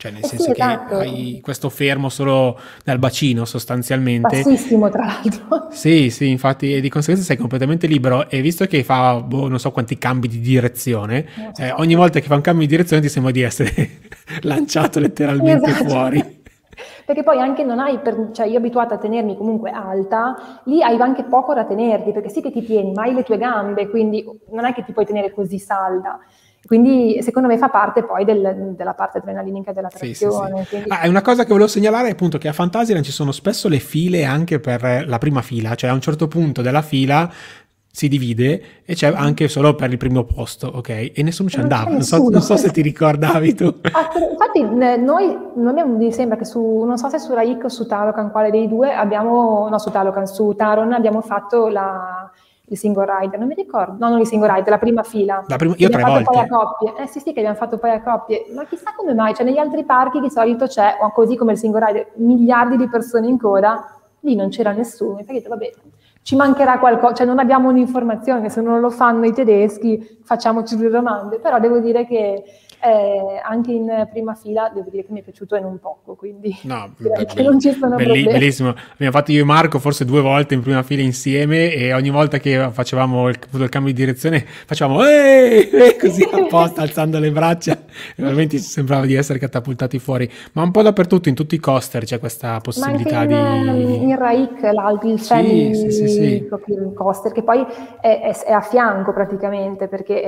cioè nel Sì, senso che esatto, hai questo fermo solo dal bacino sostanzialmente. bassissimo tra l'altro. Sì, sì, infatti, e di conseguenza sei completamente libero e visto che fa, boh, non so quanti cambi di direzione, Non so. ogni volta che fa un cambio di direzione ti sembra di essere lanciato Sì, letteralmente esatto. fuori. Perché poi anche non hai, cioè io abituata a tenermi comunque alta, lì hai anche poco da tenerti, perché sì che ti tieni, ma hai le tue gambe, quindi non è che ti puoi tenere così salda. Quindi secondo me fa parte poi della parte adrenalinica della Sì, sì, sì. trazione. Quindi, Ah, è una cosa che volevo segnalare appunto che a Fantasyland ci sono spesso le file anche per la prima fila, cioè a un certo punto della fila si divide e c'è mhm. anche solo per il primo posto, ok? E nessuno ci E non c'è andava, non nessuno. so se ti ricordavi tu. Infatti, noi, non mi sembra che non so se su Raik o su Talocan, quale dei due, no, su Talocan, su Taron abbiamo fatto il single rider, non mi ricordo, no, non il single rider, la prima fila, che Io abbiamo tre fatto poi a volte. coppie, sì sì che abbiamo fatto poi a coppie, ma chissà come mai, cioè negli altri parchi di solito c'è, o così come il single rider, miliardi di persone in coda, lì non c'era nessuno, infatti ho detto, vabbè, ci mancherà qualcosa, cioè non abbiamo un'informazione, se non lo fanno i tedeschi facciamoci due domande, però devo dire che anche in prima fila devo dire che mi è piaciuto e non poco, quindi No, direi che non ci sono problemi. bellissimo. Abbiamo fatto io e Marco forse 2 volte in prima fila insieme e ogni volta che facevamo il cambio di direzione facevamo così apposta alzando le braccia e veramente sembrava di essere catapultati fuori. Ma un po' dappertutto, in tutti i coaster c'è questa Ma anche possibilità di... in Raik, il Sì, sì, sì, family sì. proprio il coaster, che poi è a fianco praticamente, perché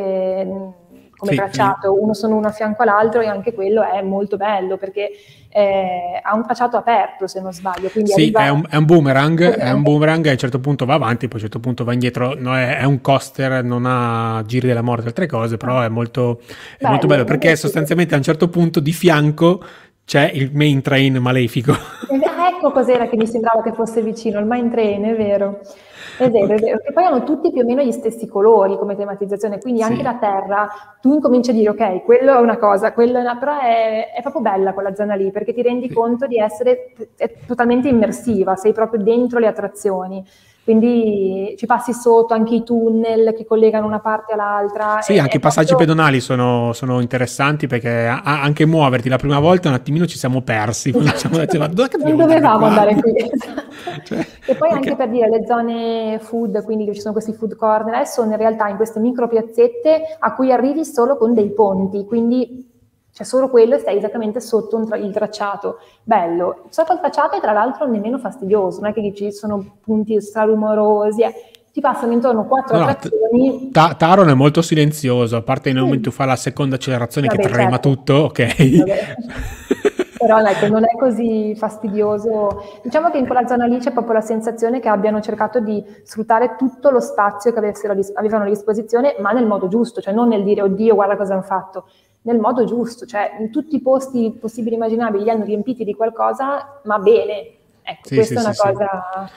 come Sì, tracciato uno sono uno a fianco all'altro e anche quello è molto bello, perché ha un tracciato aperto se non sbaglio, quindi sì, arriva... è un boomerang e a un certo punto va avanti, poi a un certo punto va indietro. No, è un coaster, non ha giri della morte e altre cose, però è molto bello Bello, mi è perché piaciuto. sostanzialmente a un certo punto di fianco c'è il main train malefico. Ecco cos'era che mi sembrava che fosse vicino, il Mine Train, è vero. È vero, è Ok. vero. E poi hanno tutti più o meno gli stessi colori come tematizzazione, quindi anche Sì. la terra, tu incominci a dire, ok, quello è una cosa, quello è una... però è proprio bella quella zona lì, perché ti rendi Sì. conto di essere è totalmente immersiva, sei proprio dentro le attrazioni. Quindi ci passi sotto anche i tunnel che collegano una parte all'altra, Sì, anche è i passaggi proprio... pedonali sono interessanti perché anche muoverti la prima volta un attimino ci siamo persi. Quando siamo Esatto, andati, ma dove che non dobbiamo andare da dovevamo qua? andare qui, esatto. Cioè, E poi anche perché? per dire, le zone food, quindi che ci sono questi food corner, sono in realtà in queste micro piazzette a cui arrivi solo con dei ponti, quindi c'è solo quello e stai esattamente sotto il tracciato. Bello. Sotto il tracciato è tra l'altro nemmeno fastidioso, non è che ci sono punti strarumorosi, ti passano intorno quattro No, no, attrazioni. Taron è molto silenzioso, a parte nel momento Sì, in cui fa la seconda accelerazione che vabbè, trema certo. tutto, Sì, ok? vabbè. Però ecco, non è così fastidioso. Diciamo che in quella zona lì c'è proprio la sensazione che abbiano cercato di sfruttare tutto lo spazio che avevano a disposizione, ma nel modo giusto, cioè non nel dire oddio, guarda cosa hanno fatto, nel modo giusto, cioè in tutti i posti possibili e immaginabili li hanno riempiti di qualcosa, ma bene. Ecco, Sì, sì, questa è sì, una sì. cosa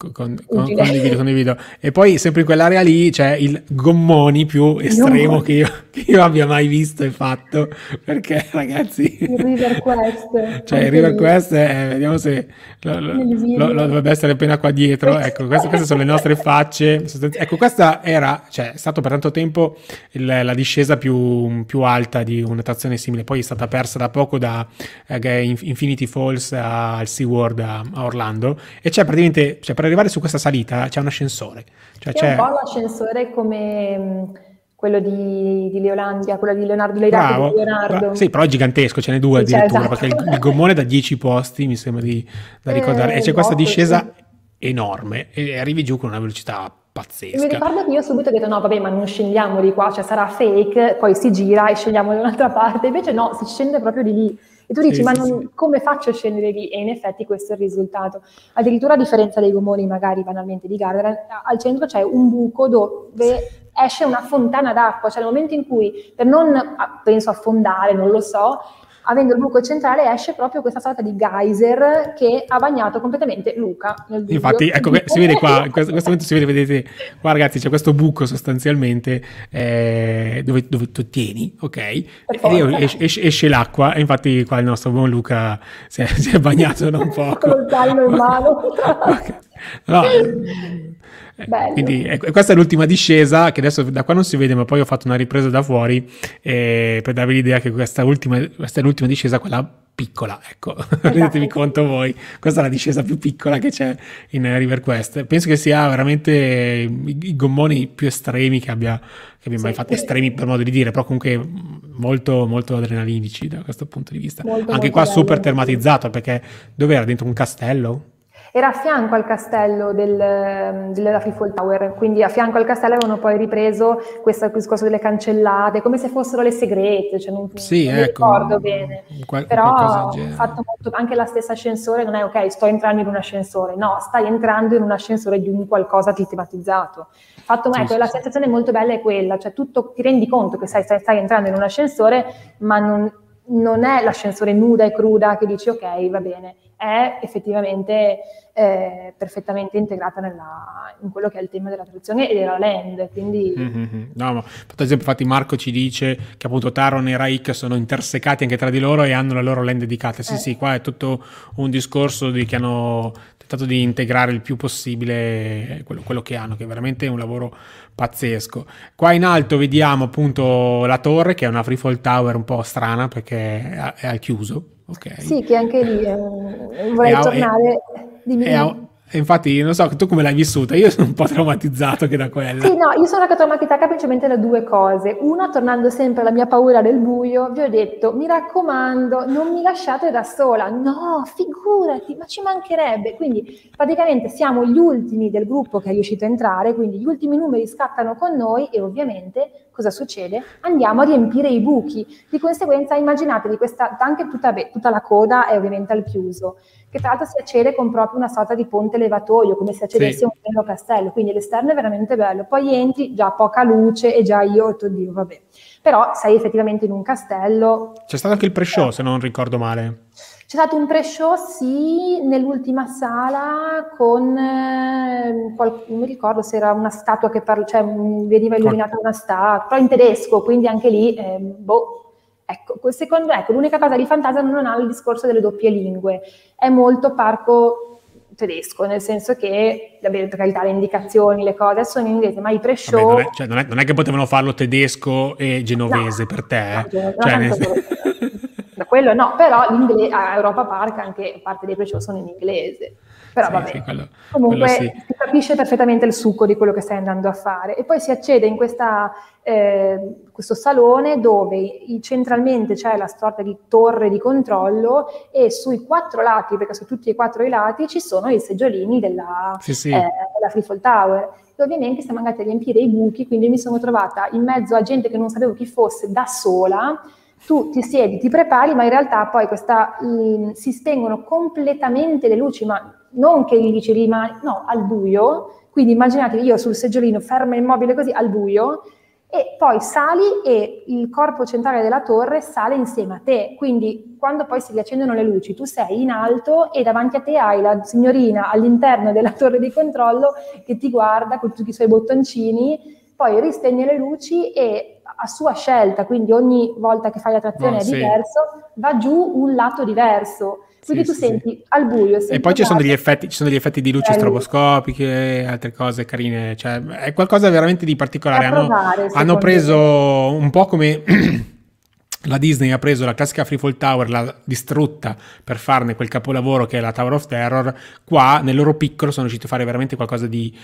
utile. Condivido. E poi sempre in quell'area lì c'è il gommoni più Non estremo mo- che io abbia mai visto e fatto, perché ragazzi, Il River Quest, cioè il anche River lì, Quest, vediamo se nel lo video. dovrebbe essere appena qua dietro, ecco, queste sono le nostre facce, ecco, questa era, cioè è stato per tanto tempo la discesa più alta di un'attrazione simile, poi è stata persa da poco da Infinity Falls al SeaWorld a Orlando, e c'è praticamente, cioè per arrivare su questa salita c'è un ascensore, cioè Che è un po' c'è, l'ascensore come quello di Leolandia, quello di Leonardo, dei rapidi di bravo, sì, Leonardo. però è gigantesco, ce n'è due Sì, c'è, addirittura, esatto. perché il gommone è da 10 posti, mi sembra da ricordare, e c'è questa 8, sì. discesa enorme e arrivi giù con una velocità E mi pazzesca. ricordo che io subito ho detto no, vabbè, ma non scendiamo di qua, cioè sarà fake, poi si gira e scendiamo da un'altra parte. Invece no, si scende proprio di lì. E tu dici, Sì, ma sì, sì. come faccio a scendere lì? E in effetti questo è il risultato. Addirittura a differenza dei gommoni, magari banalmente di Gardaland, al centro c'è un buco dove esce una fontana d'acqua, cioè nel momento in cui, per non, penso affondare, non lo so, avendo il buco centrale esce proprio questa sorta di geyser che ha bagnato completamente Luca nel video. Infatti, ecco, si vede qua, in questo momento si vede, vedete, qua ragazzi c'è questo buco sostanzialmente dove tu tieni, ok? Per E forza. esce l'acqua e infatti qua il nostro buon Luca si è bagnato da un Con poco. lo zaino in mano. Ok. No, Bello. Quindi questa è l'ultima discesa, che adesso da qua non si vede, ma poi ho fatto una ripresa da fuori per darvi l'idea che questa è l'ultima discesa, quella piccola, ecco, rendetevi Esatto. conto voi, questa è la discesa più piccola che c'è in River Quest. Penso che sia veramente i gommoni più estremi che abbia mai Sì, fatto, estremi per modo di dire, però comunque molto, molto adrenalinici da questo punto di vista. molto Anche molto qua super bello. termatizzato, perché dove era? Dentro un castello? Era a fianco al castello della Freefall Tower, quindi a fianco al castello avevano poi ripreso questo discorso delle cancellate, come se fossero le segrete, cioè Sì, non mi ecco, ricordo bene, qualcosa del però genere. fatto molto, anche la stessa ascensore non è ok, sto entrando in un ascensore, no, stai entrando in un ascensore di un qualcosa di tematizzato. Fatto, Sì, ecco, sì, la sì. sensazione molto bella è quella, cioè tutto, ti rendi conto che stai entrando in un ascensore, ma non è l'ascensore nuda e cruda che dici ok, va bene, è effettivamente perfettamente integrata in quello che è il tema dell'attrazione e della land, quindi No, ma per esempio, infatti Marco ci dice che appunto Taron e Raik sono intersecati anche tra di loro e hanno la loro land dedicata. Sì, sì, qua è tutto un discorso che hanno tentato di integrare il più possibile quello che hanno, che è veramente un lavoro pazzesco. Qua in alto vediamo appunto la torre, che è una freefall tower un po' strana perché è al chiuso, ok? sì, che anche lì È vorrei a- è- tornare, dimmi, è a- dimmi. e infatti, non so, tu come l'hai vissuta? Io sono un po' traumatizzato che da Sì, quella. no, io sono traumatizata principalmente da due cose. Una, tornando sempre alla mia paura del buio, vi ho detto, mi raccomando, non mi lasciate da sola. No, figurati, ma ci mancherebbe. Quindi praticamente siamo gli ultimi del gruppo che è riuscito a entrare, quindi gli ultimi numeri scattano con noi e ovviamente cosa succede? Andiamo a riempire i buchi. Di conseguenza immaginatevi questa, anche tutta la coda è ovviamente al chiuso, che tra l'altro si accede con proprio una sorta di ponte levatoio, come se accedesse a Sì. un vero castello, quindi l'esterno è veramente bello. Poi entri, già poca luce e già io, oddio, vabbè. Però sei effettivamente in un castello. C'è stato anche il pre-show, se non ricordo male. C'è stato un pre-show, sì, nell'ultima sala con, non mi ricordo se era una statua che cioè veniva illuminata una statua, però in tedesco, quindi anche lì, boh. Ecco, secondo me, ecco, l'unica cosa di Fantasia non ha il discorso delle doppie lingue, è molto parco tedesco, nel senso che, vabbè, per carità, le indicazioni, le cose sono in inglese, ma i Vabbè, pre-show, cioè, non è che potevano farlo tedesco e no, genovese per te, no, no, Cioè, tanto da quello no, però a Europa Park anche parte dei pre-show sono in inglese. Però sì, sì, vabbè, quello sì. comunque si capisce perfettamente il succo di quello che stai andando a fare. E poi si accede in questo salone dove centralmente c'è la sorta di torre di controllo e sui quattro lati, perché su tutti e quattro i lati, ci sono i seggiolini Sì, sì. della Freefall Tower. E ovviamente siamo andati a riempire i buchi, quindi mi sono trovata in mezzo a gente che non sapevo chi fosse da sola. Tu ti siedi, ti prepari, ma in realtà poi si spengono completamente le luci, ma non che lì ci rimani, no, al buio. Quindi immaginatevi io sul seggiolino ferma immobile così al buio e poi sali e il corpo centrale della torre sale insieme a te. Quindi quando poi si riaccendono le luci, tu sei in alto e davanti a te hai la signorina all'interno della torre di controllo che ti guarda con tutti i suoi bottoncini, poi rispegne le luci e a sua scelta, quindi ogni volta che fai la trazione No, è sì. diverso, va giù un lato diverso. Sì, Quindi tu sì, sì. senti al buio, E senti poi ci sono tocato, degli effetti di luci belli, stroboscopiche, altre cose carine, cioè è qualcosa veramente di particolare. da provare Hanno secondo preso me. un po' come la Disney ha preso la classica Freefall Tower, l'ha distrutta per farne quel capolavoro che è la Tower of Terror. Qua nel loro piccolo sono riusciti a fare veramente qualcosa di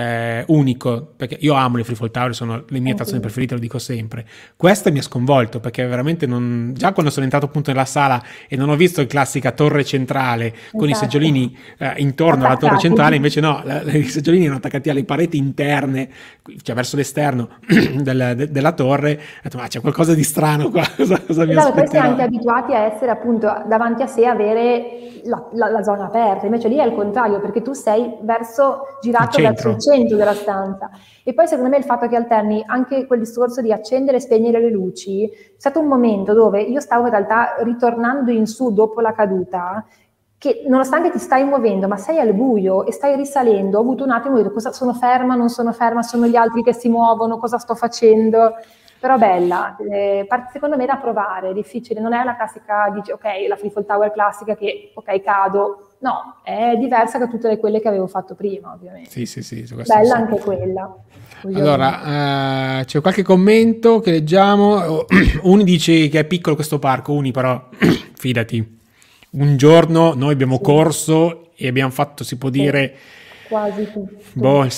unico, perché io amo le Freefall Tower, sono le mie attrazioni Anch'io. preferite, lo dico sempre. Questa mi ha sconvolto perché veramente non... già quando sono entrato appunto nella sala e non ho visto la classica torre centrale con i Esatto. seggiolini intorno alla torre Attaccati. centrale, invece no, i seggiolini erano attaccati alle pareti interne, cioè verso l'esterno della torre. Ho detto, ma c'è qualcosa di strano qua, cosa mi Esatto, poi si è aspetterò? anche abituati a essere appunto davanti a sé, avere la zona aperta, invece lì è il contrario, perché tu sei Al girato verso il centro. centro della stanza. E poi secondo me il fatto che alterni anche quel discorso di accendere e spegnere le luci, c'è stato un momento dove io stavo in realtà ritornando in su dopo la caduta, che nonostante ti stai muovendo, ma sei al buio e stai risalendo, ho avuto un attimo di dire cosa sono ferma, non sono ferma, sono gli altri che si muovono, cosa sto facendo? Però bella, secondo me da provare, è difficile, non è la classica, dici ok, la Freefall Tower classica che ok cado, No, è diversa da tutte quelle che avevo fatto prima, ovviamente. Sì, Bella anche quella. Allora, c'è qualche commento che leggiamo. Uni dice che è piccolo questo parco, Uni però, fidati, un giorno noi abbiamo corso e abbiamo fatto, si può dire, quasi tutto. Il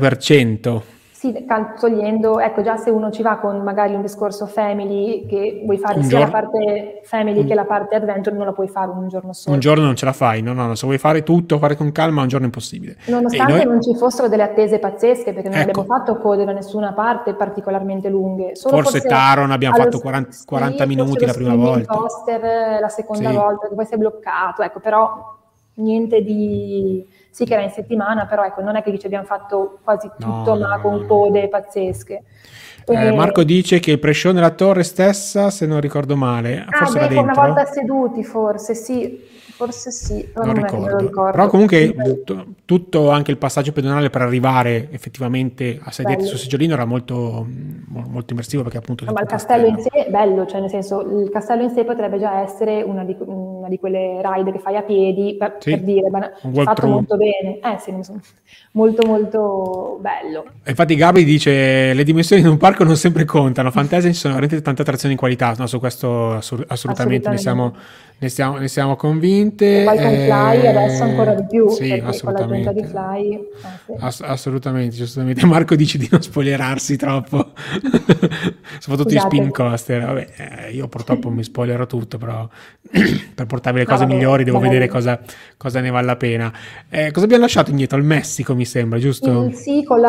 70%. Sì, togliendo, ecco, già se uno ci va con magari un discorso family, che vuoi fare sia la parte family che la parte adventure, non la puoi fare un giorno solo. Un giorno non ce la fai, no, se vuoi fare tutto, fare con calma, un giorno è impossibile. Nonostante non ci fossero delle attese pazzesche, perché non abbiamo fatto code da nessuna parte particolarmente lunghe. Solo forse Taron abbiamo fatto 40 minuti la prima volta. Poster la seconda volta, che poi si è bloccato, ecco, però niente di... Sì che era in settimana, però ecco, non è che abbiamo fatto quasi tutto, ma con code pazzesche. Marco dice che il pre-show nella torre stessa, se non ricordo male, forse va dentro. Una volta seduti, forse sì, però non ricordo. Però comunque tutto, anche il passaggio pedonale per arrivare effettivamente a sederti sul seggiolino era molto, molto immersivo, perché appunto... Ma il castello in sé è bello, cioè nel senso, il castello in sé potrebbe già essere una di quelle ride che fai a piedi, per dire, ma è fatto molto bene. Sì, molto molto bello. E infatti Gabri dice le dimensioni di un parco non sempre contano, Fantasia ci sono veramente tante attrazioni di qualità, no, su questo assolutamente ne siamo convinte. E poi con Fly adesso ancora di più, sì, assolutamente. Con la di Fly, assolutamente. Marco dice di non spoilerarsi troppo, soprattutto gli spin coaster. Vabbè, io purtroppo mi spoilerò tutto, però per portarvi le cose migliori devo vedere cosa ne vale la pena. Cosa abbiamo lasciato indietro? Il Messico, mi sembra, giusto? Sì, con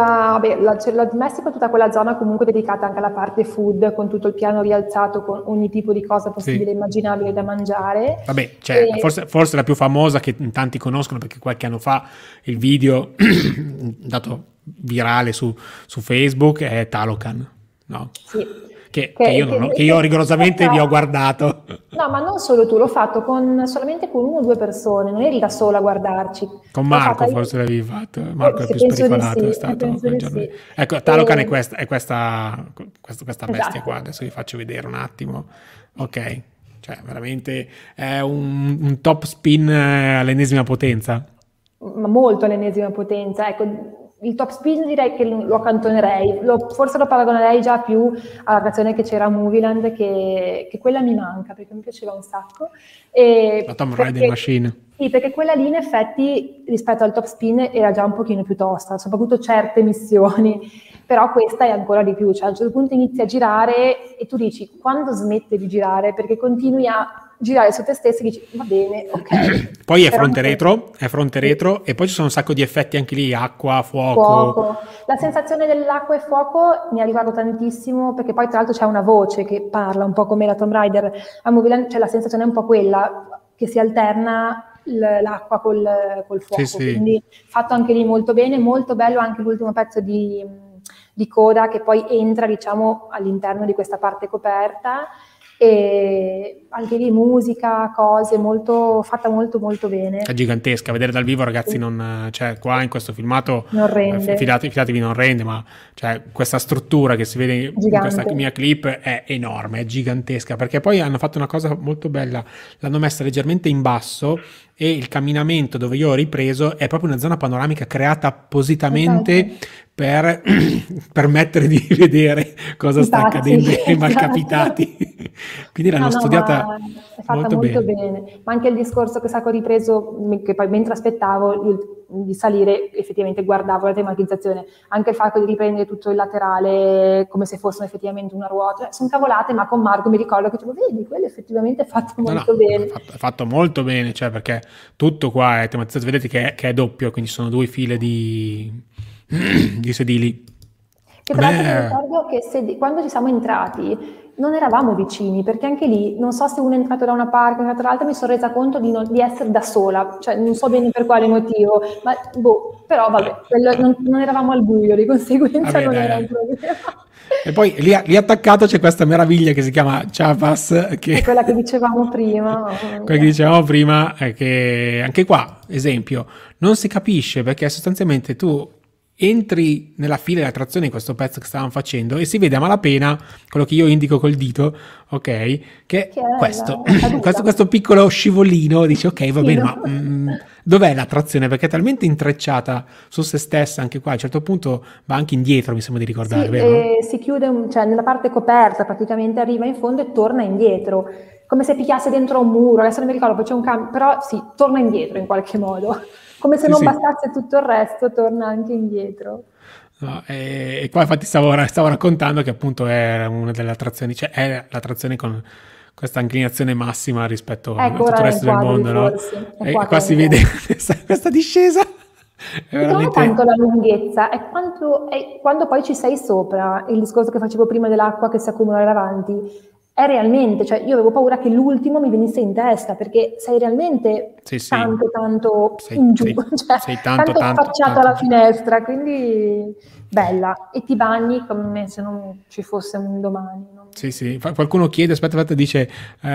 il Messico, tutta quella zona comunque dedicata anche alla parte food, con tutto il piano rialzato, con ogni tipo di cosa possibile e immaginabile da mangiare. Vabbè, forse la più famosa che in tanti conoscono, perché qualche anno fa il video dato virale su Facebook è Talocan, no? Sì. Che io rigorosamente vi ho guardato. No, ma non solo tu, l'ho fatto solamente con 1 o 2 persone, non eri da sola a guardarci. Con Marco forse l'avevi fatto, Marco è più spericolato, è stato quel giorno. Ecco, Talocan è questa bestia qua, adesso vi faccio vedere un attimo. Ok, cioè veramente è un top spin all'ennesima potenza. Ma molto all'ennesima potenza, ecco. Il top spin direi che lo accantonerei, forse lo paragonerei già più alla canzone che c'era a Movieland, che quella mi manca perché mi piaceva un sacco. La Tomb Raider Machine. Sì, perché quella lì in effetti rispetto al top spin era già un pochino più tosta, soprattutto certe missioni, però questa è ancora di più, cioè a un certo punto inizi a girare e tu dici quando smette di girare, perché continui a girare su te stesso e dici va bene, ok. Poi è fronte retro e poi ci sono un sacco di effetti anche lì, acqua, fuoco. La sensazione dell'acqua e fuoco mi ha riguardato tantissimo, perché poi tra l'altro c'è una voce che parla un po' come la Tomb Raider a Movieland, cioè la sensazione è un po' quella che si alterna l'acqua col fuoco, quindi fatto anche lì molto bene, molto bello anche l'ultimo pezzo di coda che poi entra diciamo all'interno di questa parte coperta. E anche lì musica, cose fatta molto molto bene. È gigantesca, vedere dal vivo ragazzi, cioè qua in questo filmato non rende. Fidatevi, non rende, ma cioè questa struttura che si vede in questa mia clip è enorme, è gigantesca, perché poi hanno fatto una cosa molto bella, l'hanno messa leggermente in basso e il camminamento dove io ho ripreso è proprio una zona panoramica creata appositamente per permettere di vedere cosa sta accadendo ai malcapitati. Quindi l'hanno studiata è fatta molto bene. Ma anche il discorso che Sacco ha ripreso, che poi mentre aspettavo di salire effettivamente guardavo la tematizzazione, anche il fatto di riprendere tutto il laterale come se fosse effettivamente una ruota, sono cavolate, ma con Marco mi ricordo che dicevo, vedi, quello effettivamente è fatto molto bene. È fatto molto bene, cioè perché tutto qua è tematizzato, vedete che è doppio, quindi sono 2 file di sedili. Che tra l'altro mi ricordo che quando ci siamo entrati non eravamo vicini, perché anche lì, non so se uno è entrato da una parte, uno è entrato dall'altra, mi sono resa conto di essere da sola, cioè non so bene per quale motivo, ma però vabbè, non eravamo al buio, di conseguenza non era un problema. E poi lì attaccato c'è questa meraviglia che si chiama Chiapas, che è quella che dicevamo prima. Quella che dicevamo prima è che anche qua, esempio, non si capisce perché sostanzialmente tu entri nella fila di attrazioni in questo pezzo che stavamo facendo e si vede a malapena quello che io indico col dito, ok? Che Che è questo, la caduta. questo piccolo scivolino, dici ok, va Sì, bene, no? ma dov'è l'attrazione? Perché è talmente intrecciata su se stessa, anche qua a un certo punto va anche indietro, mi sembra di ricordare, Sì, vero? si chiude, cioè nella parte coperta praticamente arriva in fondo e torna indietro, come se picchiasse dentro un muro, adesso non mi ricordo, poi c'è un cambio, però sì, torna indietro in qualche modo, come se Sì, non sì. bastasse tutto il resto, torna anche indietro. No, e qua infatti stavo raccontando che appunto era una delle attrazioni, cioè è l'attrazione con questa inclinazione massima rispetto a Ecco, tutto ora il la resto del inquadri mondo, no? forse, è E qua che qua la si vede inquadri. questa discesa, è Perché non è tanto veramente... la lunghezza, è, quanto, è quando poi ci sei sopra, il discorso che facevo prima dell'acqua che si accumula davanti, è realmente, cioè io avevo paura che l'ultimo mi venisse in testa, perché sei realmente Sì, sì, tanto, tanto sei, in giù, sei, cioè sei tanto, tanto tanto, affacciato tanto alla giù. finestra, quindi bella. E ti bagni come se non ci fosse un domani. Sì, sì, qualcuno chiede, aspetta, dice,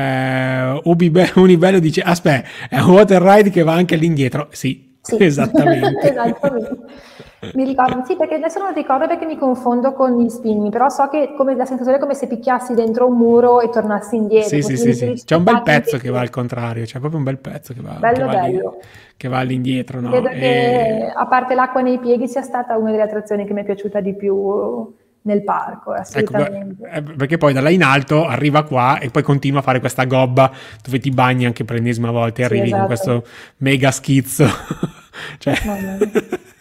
Unibello dice, aspetta, è un water ride che va anche all'indietro. Sì, Sì, esattamente. esattamente. Mi ricordo, sì, perché adesso non ricordo perché mi confondo con gli spinni, però so che come, la sensazione è come se picchiassi dentro un muro e tornassi indietro, Sì, come sì, se sì, venissi sì. C'è un bel rispeccato pezzo che va al indietro. contrario, c'è proprio un bel pezzo Bello, bello. che va all'indietro, no? Credo che, a parte l'acqua nei piedi, sia stata una delle attrazioni che mi è piaciuta di più nel parco, Ecco, assolutamente. perché poi da là in alto arriva qua e poi continua a fare questa gobba dove ti bagni anche per l'ennesima volta e Sì, arrivi con esatto. questo mega schizzo. Cioè... Mamma mia.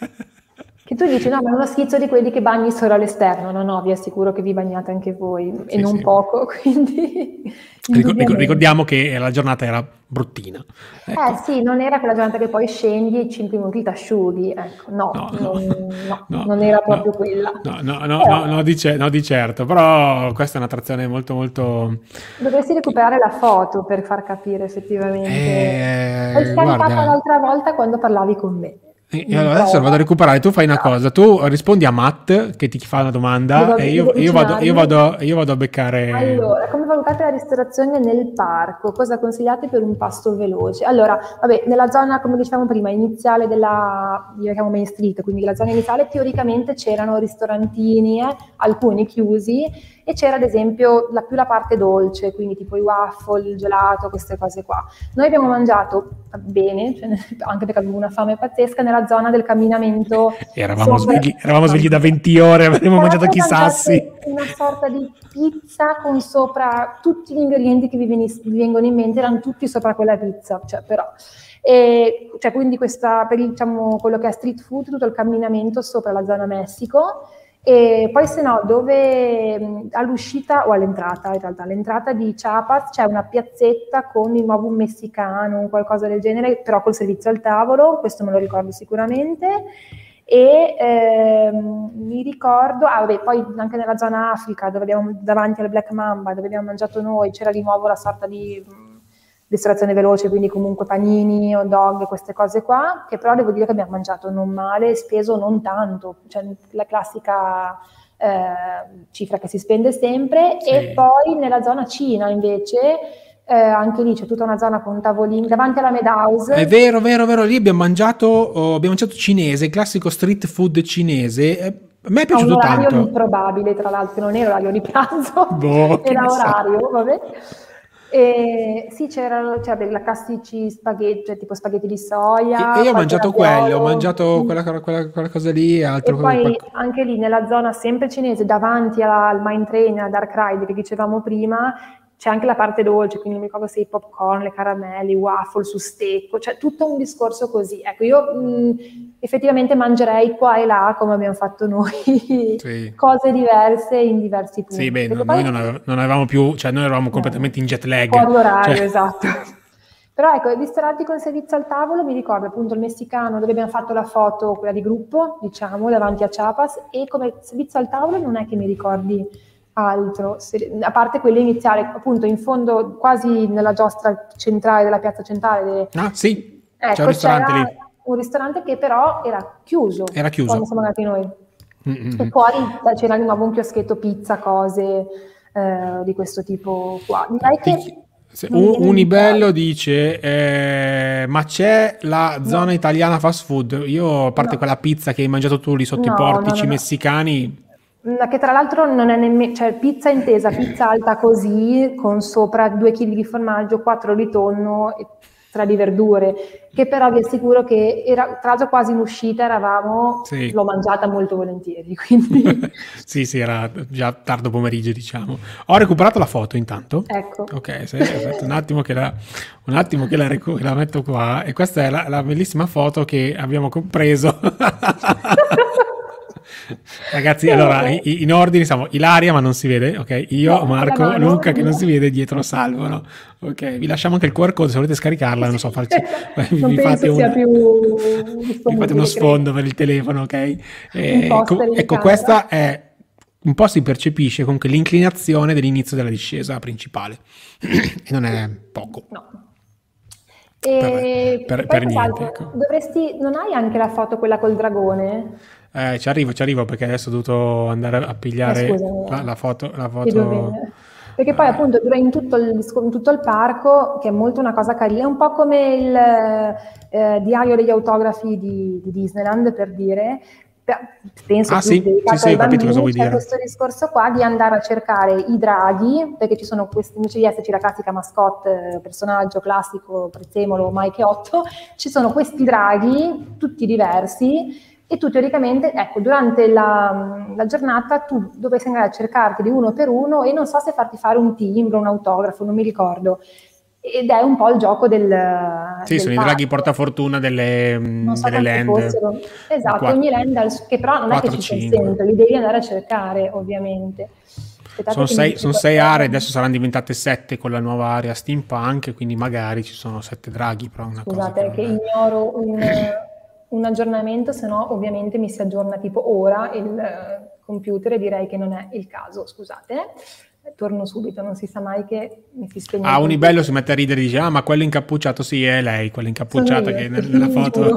Che tu dici, no, ma è uno schizzo di quelli che bagni solo all'esterno. No, no, vi assicuro che vi bagnate anche voi, e Sì, non sì. poco, quindi indubbiamente. Ricordiamo che la giornata era bruttina. Ecco. Sì, non era quella giornata che poi scendi e 5 minuti t'asciughi, ecco, No, no, no, no, no, non era no, proprio quella. no, Però no, di certo, però questa è un'attrazione molto, molto... dovresti recuperare la foto per far capire effettivamente. L'hai scaricata Guarda, l'altra volta quando parlavi con me, e in allora adesso lo vado a prova. recuperare. Tu fai una Bravo. cosa, tu rispondi a Matt che ti fa una domanda e Devo avvicinarmi. io vado a beccare... Allora, come valutate la ristorazione nel parco? Cosa consigliate per un pasto veloce? Allora, vabbè, nella zona, come dicevamo prima, iniziale della, io la chiamo Main Street, quindi la zona iniziale, teoricamente c'erano ristorantini, alcuni chiusi, e c'era ad esempio più la parte dolce, quindi tipo i waffle, il gelato, queste cose qua. Noi abbiamo mangiato bene, cioè, anche perché avevo una fame pazzesca, nella zona del camminamento sopra. Eravamo Mamma svegli da mia. 20 ore, avremmo mangiato Eravamo chissà sassi. mangiate una sorta di pizza con sopra tutti gli ingredienti che vi vengono in mente, erano tutti sopra quella pizza, cioè però. E, cioè, quindi questa, per diciamo, quello che è street food, tutto il camminamento sopra la zona Messico, e poi se no, dove all'uscita o all'entrata, in realtà all'entrata di Chiapas c'è una piazzetta con di nuovo un messicano, qualcosa del genere, però col servizio al tavolo, questo me lo ricordo sicuramente. E mi ricordo, vabbè, poi anche nella zona Africa, dove abbiamo, davanti al Black Mamba, dove abbiamo mangiato noi, c'era di nuovo la sorta di ristorazione veloce, quindi comunque panini, hot dog, queste cose qua, che però devo dire che abbiamo mangiato non male, speso non tanto, cioè la classica cifra che si spende sempre. E Sì. poi nella zona Cina invece, anche lì c'è tutta una zona con tavolini, davanti alla È Madhouse. vero, vero, vero, lì abbiamo mangiato cinese, il classico street food cinese. A me è A un piaciuto orario tanto. improbabile, tra l'altro, non era orario di pranzo, Boh, che era ne so. orario, vabbè. E sì, c'erano, cioè, la classici spaghetti, cioè, tipo spaghetti di E soia, io ho qualche mangiato quello, ho raviolo. mangiato quella cosa lì, E altro... poi anche lì nella zona sempre cinese, davanti al Mine Train, a Dark Ride che dicevamo prima, c'è anche la parte dolce, quindi mi ricordo se i popcorn, le caramelle, i waffle su stecco, cioè tutto un discorso così. Ecco, io effettivamente mangerei qua e là, come abbiamo fatto noi, Sì. cose diverse in diversi Sì, punti. beh, Perché noi poi non avevamo più, cioè noi eravamo no, completamente in jet lag. fuori Cioè... orario, esatto. Però ecco, i ristoranti con servizio al tavolo, mi ricordo appunto il messicano dove abbiamo fatto la foto, quella di gruppo, diciamo, davanti a Chiapas, e come servizio al tavolo non è che mi ricordi altro, a parte quello iniziale, appunto in fondo, quasi nella giostra centrale della piazza centrale. Ah, sì, c'è un Ecco, ristorante c'era lì. un ristorante che però era chiuso Era quando chiuso. siamo andati noi. E Mm-mm. fuori c'era di nuovo un chioschetto pizza, cose di questo tipo qua. No, Direi che Non mi viene in Unibello mente. dice, ma c'è la zona No, italiana fast food? Io, a parte no, quella pizza che hai mangiato tu lì sotto i no, no, portici no, no. messicani, Che tra l'altro non è nemmeno, cioè pizza intesa, pizza alta così, con sopra 2 kg di formaggio, 4 di tonno e 3 di verdure, che però vi assicuro che era, tra l'altro quasi in uscita eravamo, sì. l'ho mangiata molto volentieri, quindi Sì, sì, era già tardo pomeriggio, diciamo. Ho recuperato la foto intanto. ecco. Ok, sì, aspetta che la metto qua. E questa è la bellissima foto che abbiamo preso. Ragazzi, E allora, vabbè, in ordine siamo Ilaria, ma non si vede, ok? Io, no, con la Marco, mano, Luca, che non via. si vede, dietro Salvo, no? Ok, vi lasciamo anche il QR code se volete scaricarla, non so, farci, Non vi fate penso sia un, più vi fate uno disponibile, credo. sfondo per il telefono, ok? Un poster in Ecco, camera. questa è, un po' si percepisce comunque l'inclinazione dell'inizio della discesa principale, e non è poco, No. per, E poi per niente, cos'altro? ecco. Dovresti, non hai anche la foto quella col dragone? Ci arrivo perché adesso ho dovuto andare a pigliare Scusami, la chiedo foto. bene. Perché poi appunto in tutto in tutto il parco, che è molto una cosa carina, è un po' come il diario degli autografi di Disneyland, per dire, penso Ah più sì, sì, dedicato sì, ai ho capito cosa bambini, vuoi c'è dire. questo discorso qua di andare a cercare i draghi, perché ci sono questi, invece di esserci la classica mascotte, personaggio classico, prezzemolo, Mike 8, ci sono questi draghi, tutti diversi, e tu teoricamente, ecco, durante la giornata tu dovresti andare a cercarteli uno per uno e non so se farti fare un timbro, un autografo, non mi ricordo. Ed è un po' il gioco Sì, del sono i draghi parco. portafortuna Non so delle quanti land, fossero. Esatto, ogni land che però non è che ci sono 4-5. sempre, li devi andare a cercare, ovviamente. Aspettate che mi dice Sono sei aree, qualcosa. adesso saranno diventate 7 con la nuova area steampunk, quindi magari ci sono 7 draghi, però è una cosa che Scusate, che non è... ignoro un aggiornamento, se no ovviamente mi si aggiorna tipo ora il computer e direi che non è il caso, scusate. Torno subito, non si sa mai che mi si spegne il Ah, Unibello computer. si mette a ridere e dice, ah, ma quello incappucciato, sì, è lei, quella Sono incappucciata che io, sì, nella foto... giuro.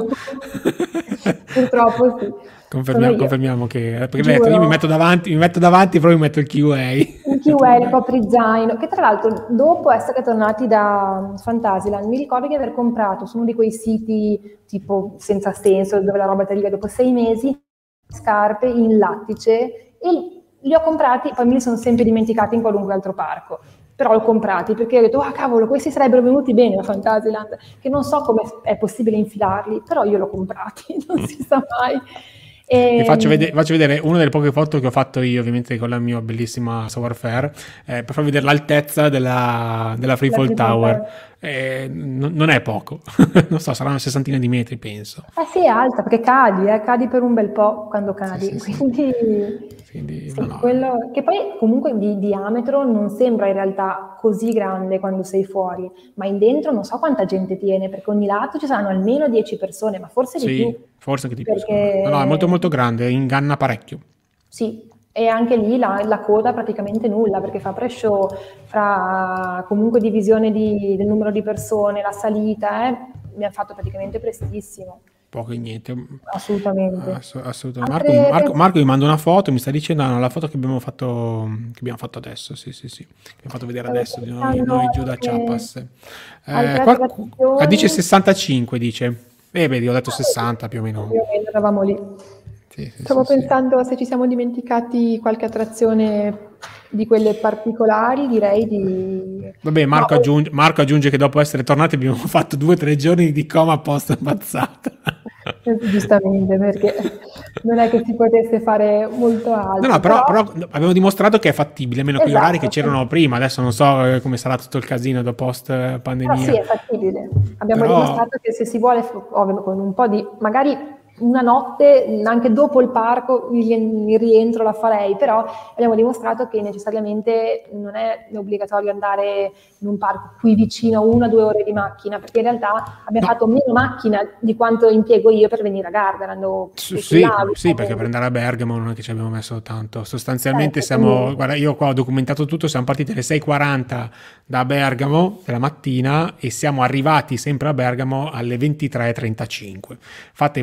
Purtroppo sì, sono io. Confermiamo che... Perché lei ha detto, io Giuro. mi metto davanti, però mi metto il QA. In QA, il coprizaino, che tra l'altro dopo essere tornati da Fantasyland mi ricordo di aver comprato su uno di quei siti tipo senza senso dove la roba ti arriva dopo 6 mesi scarpe in lattice e li ho comprati, poi me li sono sempre dimenticati in qualunque altro parco, però li ho comprati perché ho detto ah cavolo questi sarebbero venuti bene a Fantasyland, che non so come è possibile infilarli, però io li ho comprati, non si sa mai. Vi E, faccio vedere una delle poche foto che ho fatto io, ovviamente con la mia bellissima Savoir-Faire, per farvi vedere l'altezza della la Freefall Tower. Triple Non è poco, non so, saranno una sessantina di metri, penso. Eh sì, è alta perché cadi per un bel po' quando Sì, cadi, sì, sì. quindi Quindi, no, sì, no. quello che poi comunque di diametro non sembra in realtà così grande quando sei fuori, ma in dentro non so quanta gente tiene, perché ogni lato ci saranno almeno 10 persone, ma forse di più, Sì, forse anche di più, secondo me. No, no, è molto molto perché grande, inganna parecchio. sì, e anche lì la coda praticamente nulla, perché fa pre-show fra comunque divisione del numero di persone, la salita, mi ha fatto praticamente prestissimo. Poco e niente. Assolutamente. Assolutamente. Altre Marco mi manda una foto, mi sta dicendo no, la foto che abbiamo fatto adesso, sì, sì, sì, che abbiamo fatto vedere stavo adesso di pensando noi giù da altre, Chiapas. altre Dice attrazioni. 65, dice. Vedi, ho detto Ah, vedi, 60 più o meno. più o meno eravamo lì. Sì, sì, Stavo sì, sì. pensando se ci siamo dimenticati qualche attrazione di quelle particolari, direi di... Vabbè, No, Marco aggiunge che dopo essere tornati abbiamo fatto 2 o 3 giorni di coma post ammazzata. giustamente, perché non è che si potesse fare molto No, no, altro, però però abbiamo dimostrato che è fattibile, almeno con gli orari che esatto, c'erano prima. Adesso non so come sarà tutto il casino da post però sì, pandemia. è fattibile. Abbiamo Però dimostrato che se si vuole, ovvio, con un po' di, magari una notte, anche dopo il parco, il rientro la farei, però abbiamo dimostrato che necessariamente non è obbligatorio andare in un parco qui vicino 1 o 2 ore di macchina, perché in realtà abbiamo no, fatto meno macchina di quanto impiego io per venire a Gardaland o sul sì, lago. sì, perché per andare a Bergamo non è che ci abbiamo messo tanto. Sostanzialmente Quindi, guarda, io qua ho documentato tutto, siamo partiti alle 6:40 da Bergamo della mattina e siamo arrivati sempre a Bergamo alle 23:35. Fate voi i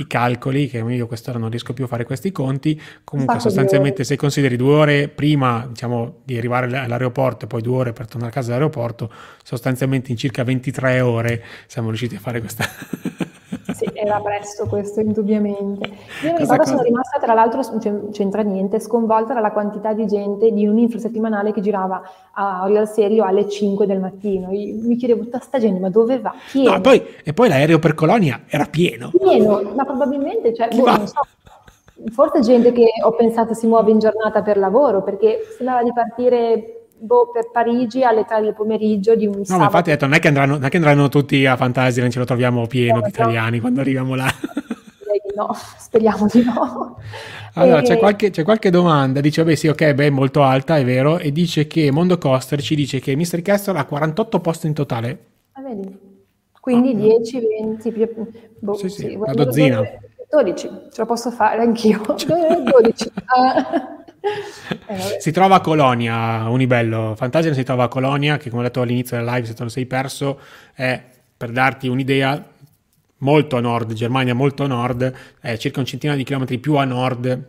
i calcoli, che io quest'ora non riesco più a fare questi conti, comunque sacco di sostanzialmente ore. se consideri 2 ore prima, diciamo, di arrivare all'aeroporto e poi 2 ore per tornare a casa dall'aeroporto, sostanzialmente in circa 23 ore siamo riusciti a fare questa Sì, era presto questo, indubbiamente. Io mi questa ricordo sono cosa. rimasta, tra l'altro, c'entra niente, sconvolta dalla quantità di gente di un infrasettimanale che girava a Orio al Serio alle 5 del mattino. Io mi chiedevo, tutta sta gente, ma dove va? No, Pieno, e poi l'aereo per Colonia era pieno. pieno, ma probabilmente, cioè, Chi boh, va? non so, forse gente che ho pensato si muove in giornata per lavoro, perché sembrava di partire, boh, per Parigi alle 3 del pomeriggio di un No, ma infatti ho sabato. detto, non è che andranno tutti a Fantasyland, ce lo troviamo pieno di No, italiani quando arriviamo là. direi di no, speriamo di no. Allora, c'è E, qualche domanda, dice, beh sì, ok, beh, è molto alta, è vero, e dice che Mondo Coaster ci dice che Mr. Castle ha 48 posti in totale. vedi? Ah, Quindi 10, 20, sì, boh, sì, sì, una dozzina. 12, ce la posso fare anch'io. 12. Ah. Vabbè. Si trova a Colonia, Unibello. Fantasia si trova a Colonia, che come ho detto all'inizio della live, se te lo sei perso, è, per darti un'idea, molto a nord, Germania molto a nord, è circa un centinaio di chilometri più a nord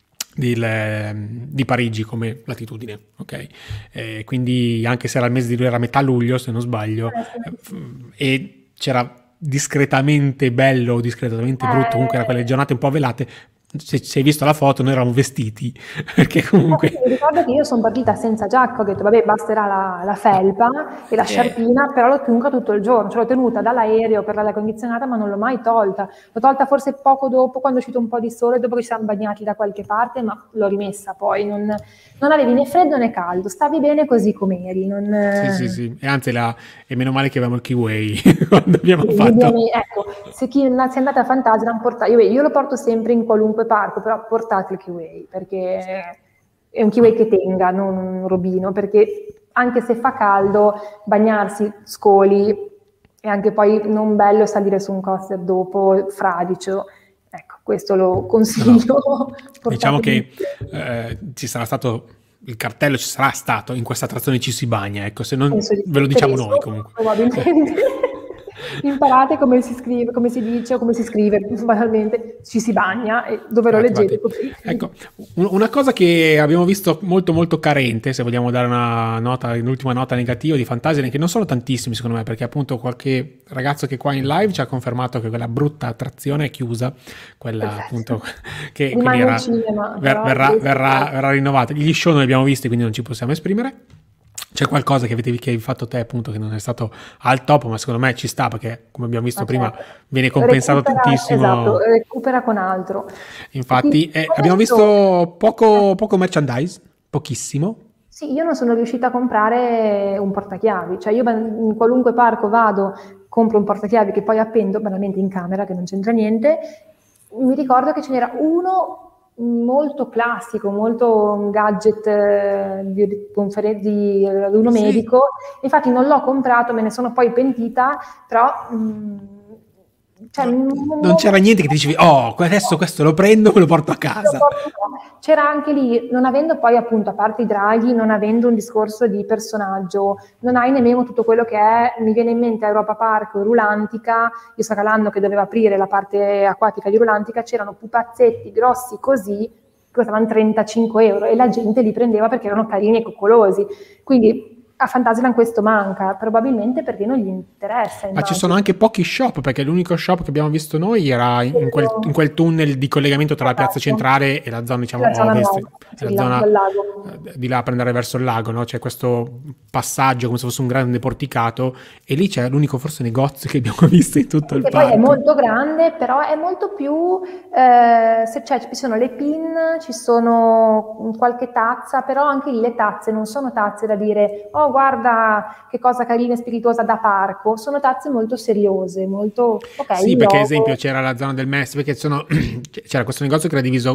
di Parigi come latitudine, ok? Quindi anche se era il mese di luglio, era metà luglio, se non sbaglio, e c'era discretamente bello o discretamente brutto, comunque era quelle giornate un po' velate. Se hai visto la foto, noi eravamo vestiti, perché Sì, comunque... mi ricordo che io sono partita senza giacca, ho detto vabbè basterà la felpa e la Eh, sciarpina, però l'ho tenuta tutto il giorno, ce l'ho tenuta dall'aereo per l'aria condizionata ma non l'ho mai tolta, l'ho tolta forse poco dopo quando è uscito un po' di sole, dopo che ci siamo bagnati da qualche parte, ma l'ho rimessa poi, non avevi né freddo né caldo, stavi bene così com'eri. sì, sì, sì, e anzi e meno male che avevamo il Kiwi quando abbiamo fatto... Ecco, se chi se andate a Fantasyland, io lo porto sempre in qualunque parco, però portate il Kiwi, perché è un kiwi che tenga, non un robino, perché anche se fa caldo, bagnarsi, scoli, e anche poi non bello salire su un coaster dopo, fradicio. Ecco, questo lo consiglio. Diciamo Portatevi. che ci sarà stato, il cartello ci sarà stato, in questa attrazione ci si bagna, ecco, se non Penso di ve lo sì, diciamo noi tedesco, comunque. probabilmente. Imparate come si scrive, come si dice o come si scrive, banalmente ci si bagna e dove lo leggete Infatti. copritevi. Ecco, una cosa che abbiamo visto molto molto carente, se vogliamo dare un'ultima nota negativa di Fantasyland, che non sono tantissimi secondo me, perché appunto qualche ragazzo che qua in live ci ha confermato che quella brutta attrazione è chiusa, quella Perfetto. appunto che quindi Rimane un cinema, però verrà rinnovata. Gli show non li abbiamo visti, quindi non ci possiamo esprimere. C'è qualcosa che hai fatto te appunto che non è stato al top, ma secondo me ci sta perché come abbiamo visto ma prima certo. viene compensato Esatto, tantissimo. recupera con altro. Infatti, abbiamo Adesso, visto poco merchandise, pochissimo. sì, io non sono riuscita a comprare un portachiavi, cioè io in qualunque parco vado, compro un portachiavi che poi appendo banalmente in camera, che non c'entra niente. Mi ricordo che ce n'era uno molto classico, molto un gadget ad uno Sì, medico, infatti non l'ho comprato, me ne sono poi pentita, però cioè, non c'era niente che ti dicevi, oh, adesso questo lo prendo, me lo porto a casa. c'era anche lì, non avendo poi appunto, a parte i draghi, non avendo un discorso di personaggio, non hai nemmeno tutto quello che è, mi viene in mente Europa Park, Rulantica, io so che l'anno che doveva aprire la parte acquatica di Rulantica c'erano pupazzetti grossi così, che costavano 35 euro e la gente li prendeva perché erano carini e coccolosi, quindi a Fantasyland questo manca, probabilmente perché non gli interessa, Ma ci immagino. sono anche pochi shop, perché l'unico shop che abbiamo visto noi era in quel tunnel di collegamento tra la piazza Esatto. centrale e la zona, diciamo, La zona ovest, nuova, e sì, la di là, zona del lago. di là per andare verso il lago, no? C'è questo passaggio come se fosse un grande porticato e lì c'è l'unico forse negozio che abbiamo visto in tutto il Che poi è parco. molto grande, però è molto più, cioè ci sono le pin, ci sono qualche tazza, però anche lì le tazze non sono tazze da dire, oh guarda che cosa carina e spiritosa da parco, sono tazze molto seriose, molto, ok, Sì, il perché ad esempio logo, c'era la zona del Messi, perché c'era questo negozio che era diviso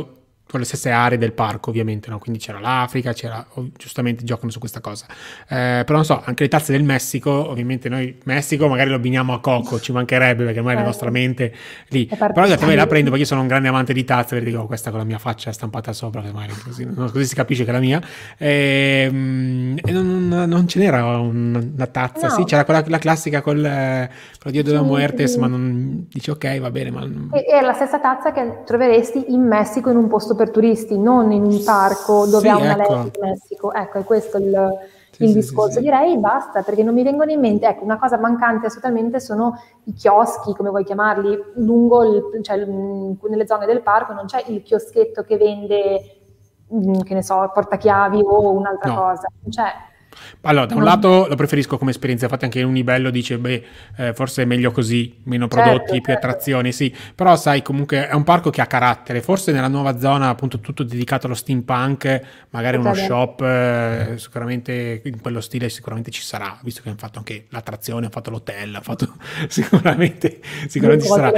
con le stesse aree del parco, ovviamente, no? Quindi c'era l'Africa, giustamente giocano su questa cosa. Però non so, anche le tazze del Messico, ovviamente noi Messico magari lo abbiniamo a Coco, ci mancherebbe perché magari la nostra mente lì. Però ho detto, la prendo perché io sono un grande amante di tazze, perché dico, questa con la mia faccia stampata sopra, che magari così si capisce che è la mia. E non ce n'era una tazza, No. sì, c'era la classica con Dio de la Muertes, ma non dici ok, va bene, ma era la stessa tazza che troveresti in Messico in un posto per turisti, non in un parco dove ha una legge in Messico. Ecco, è questo il discorso. Sì. Direi basta, perché non mi vengono in mente. Ecco, una cosa mancante assolutamente sono i chioschi, come vuoi chiamarli, lungo nelle zone del parco non c'è il chioschetto che vende, che ne so, portachiavi o un'altra cosa. Non c'è. Allora, da un lato lo preferisco come esperienza, infatti anche Unibello dice, forse è meglio così, meno prodotti, più attrazioni, sì, però sai, comunque è un parco che ha carattere, forse nella nuova zona, appunto, tutto dedicato allo steampunk, magari uno shop, sicuramente in quello stile sicuramente ci sarà, visto che hanno fatto anche l'attrazione, hanno fatto l'hotel, hanno fatto sicuramente ci sarà.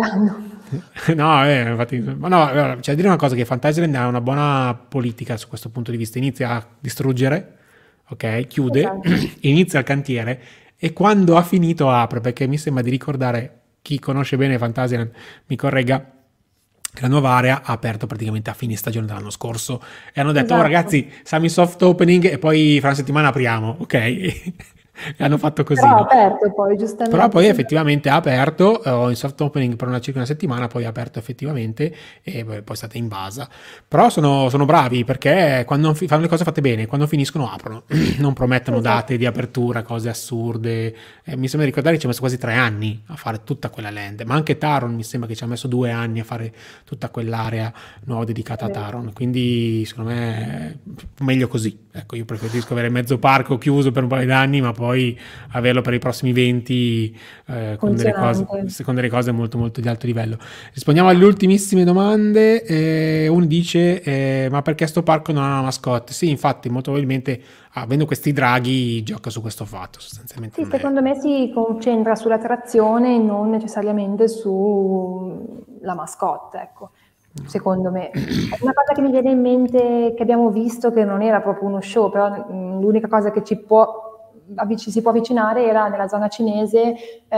No, infatti, ma no, allora, c'è da dire una cosa, che Fantasyland ha una buona politica su questo punto di vista, inizia a distruggere, ok, chiude, inizia il cantiere e quando ha finito apre, perché mi sembra di ricordare, chi conosce bene Fantasyland mi corregga, che la nuova area ha aperto praticamente a fine stagione dell'anno scorso e hanno detto, oh ragazzi, siamo in soft opening e poi fra una settimana apriamo, ok? E hanno fatto così. Però ha aperto poi, giustamente. Però poi effettivamente ha aperto, in soft opening per circa una settimana, poi ha aperto effettivamente e poi è stata invasa. Però sono bravi perché quando fanno le cose fatte bene, quando finiscono aprono, non promettono date di apertura, cose assurde. Mi sembra di ricordare che ci ha messo quasi 3 anni a fare tutta quella land, ma anche Taron mi sembra che ci ha messo 2 anni a fare tutta quell'area nuova dedicata a Taron, quindi secondo me è meglio così. Ecco, io preferisco avere mezzo parco chiuso per un paio d'anni, ma poi averlo per i prossimi 20 con delle cose molto molto di alto livello. Rispondiamo alle ultimissime domande. Uno dice ma perché sto parco non ha una mascotte? Sì, infatti molto probabilmente avendo questi draghi gioca su questo fatto sostanzialmente. Sì, secondo me si concentra sull'attrazione e non necessariamente sulla mascotte, ecco. Secondo me. Una cosa che mi viene in mente, che abbiamo visto, che non era proprio uno show, però l'unica cosa che si può avvicinare era nella zona cinese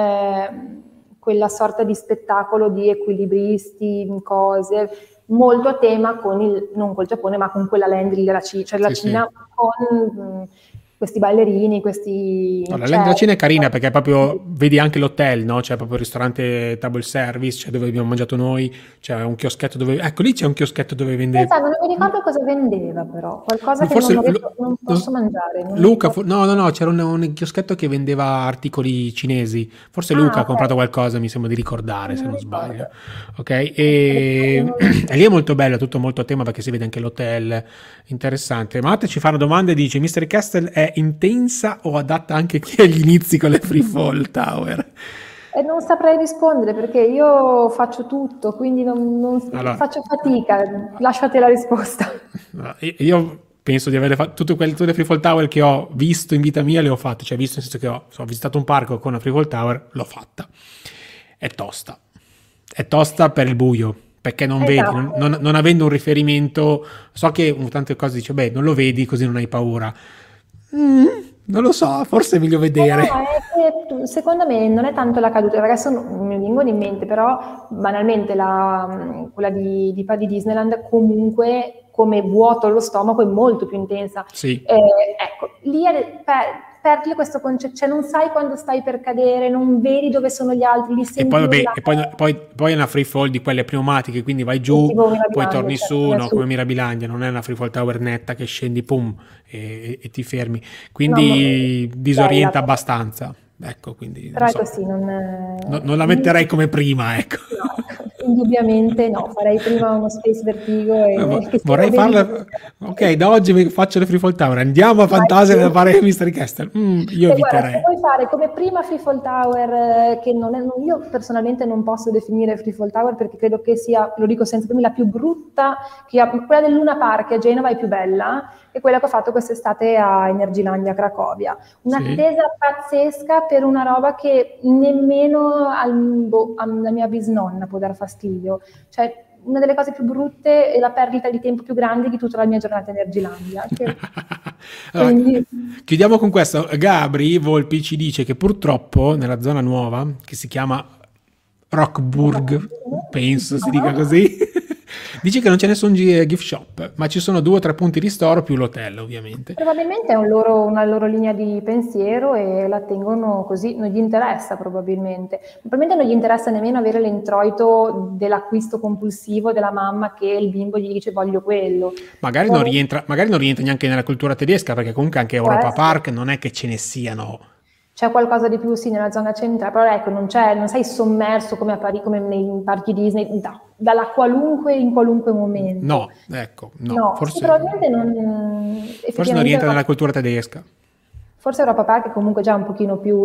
quella sorta di spettacolo di equilibristi, cose, molto a tema non col Giappone, ma con quella land della Cina, cioè la Cina con questi ballerini, questi... No, la land della Cina è carina perché proprio vedi anche l'hotel, no? C'è proprio il ristorante table service, cioè dove abbiamo mangiato noi, c'è un chioschetto dove... Ecco, lì c'è un chioschetto dove vende... Esatto, non mi ricordo cosa vendeva però, qualcosa che non posso mangiare. Luca, no, c'era un chioschetto che vendeva articoli cinesi, forse Luca ha comprato qualcosa, mi sembra di ricordare, se non sbaglio. Ok, e lì è molto bello, tutto molto a tema perché si vede anche l'hotel, interessante. Matte ci fa una domanda e dice, Mr. Castle è intensa o adatta anche chi agli inizi con le Free Fall Tower? E non saprei rispondere perché io faccio tutto, quindi allora, faccio fatica, lasciate la risposta. Io penso di aver fatto tutte le Free Fall Tower che ho visto in vita mia, le ho fatte, cioè visto nel senso che ho visitato un parco con una Free Fall Tower, l'ho fatta. È tosta per il buio, perché non vedi, non avendo un riferimento, so che tante cose dice, beh, non lo vedi così non hai paura. Non lo so, forse è meglio vedere. No, è che secondo me non è tanto la caduta, adesso non mi vengono in mente, però banalmente quella di Disneyland comunque come vuoto allo stomaco è molto più intensa. Sì. Ecco, lì perdi questo concetto, cioè non sai quando stai per cadere, non vedi dove sono gli altri, li senti. Poi è una free fall di quelle pneumatiche, quindi vai giù, poi torni su, no, come Mirabilandia, non è una free fall tower netta che scendi, pum, e ti fermi. Quindi disorienta abbastanza. Ecco, quindi però ecco, sì, non la metterei come prima, ecco. No, indubbiamente no, farei prima uno Space Vertigo vorrei farla. Ok, da oggi faccio le Free Fall Tower, andiamo a Fantasia a fare Mystery Castle. Io eviterei. Guarda, se vuoi fare come prima Free Fall Tower, che io personalmente non posso definire Free Fall Tower perché credo che sia, lo dico senza problemi, la più brutta, quella del Luna Park a Genova è più bella, e quella che ho fatto quest'estate a Energylandia a Cracovia. Un'attesa pazzesca per una roba che nemmeno alla mia bisnonna può dar fastidio. Cioè, una delle cose più brutte e la perdita di tempo più grande di tutta la mia giornata in Ergilandia. Allora, chiudiamo con questo. Gabri Volpi ci dice che purtroppo nella zona nuova, che si chiama Rockburg, penso si dica così, dice che non c'è nessun gift shop, ma ci sono 2 o 3 punti di ristoro più l'hotel, ovviamente. Probabilmente è una loro linea di pensiero e la tengono così, non gli interessa probabilmente. Probabilmente non gli interessa nemmeno avere l'introito dell'acquisto compulsivo della mamma che il bimbo gli dice voglio quello. Magari non rientra neanche nella cultura tedesca, perché comunque anche Europa Park non è che ce ne siano. C'è qualcosa di più, sì, nella zona centrale, però ecco, non sei sommerso come come nei parchi Disney, dalla in qualunque momento. No, ecco, no. Forse, sì, probabilmente forse non rientra nella cultura tedesca. Forse Europa Park è comunque già un pochino più,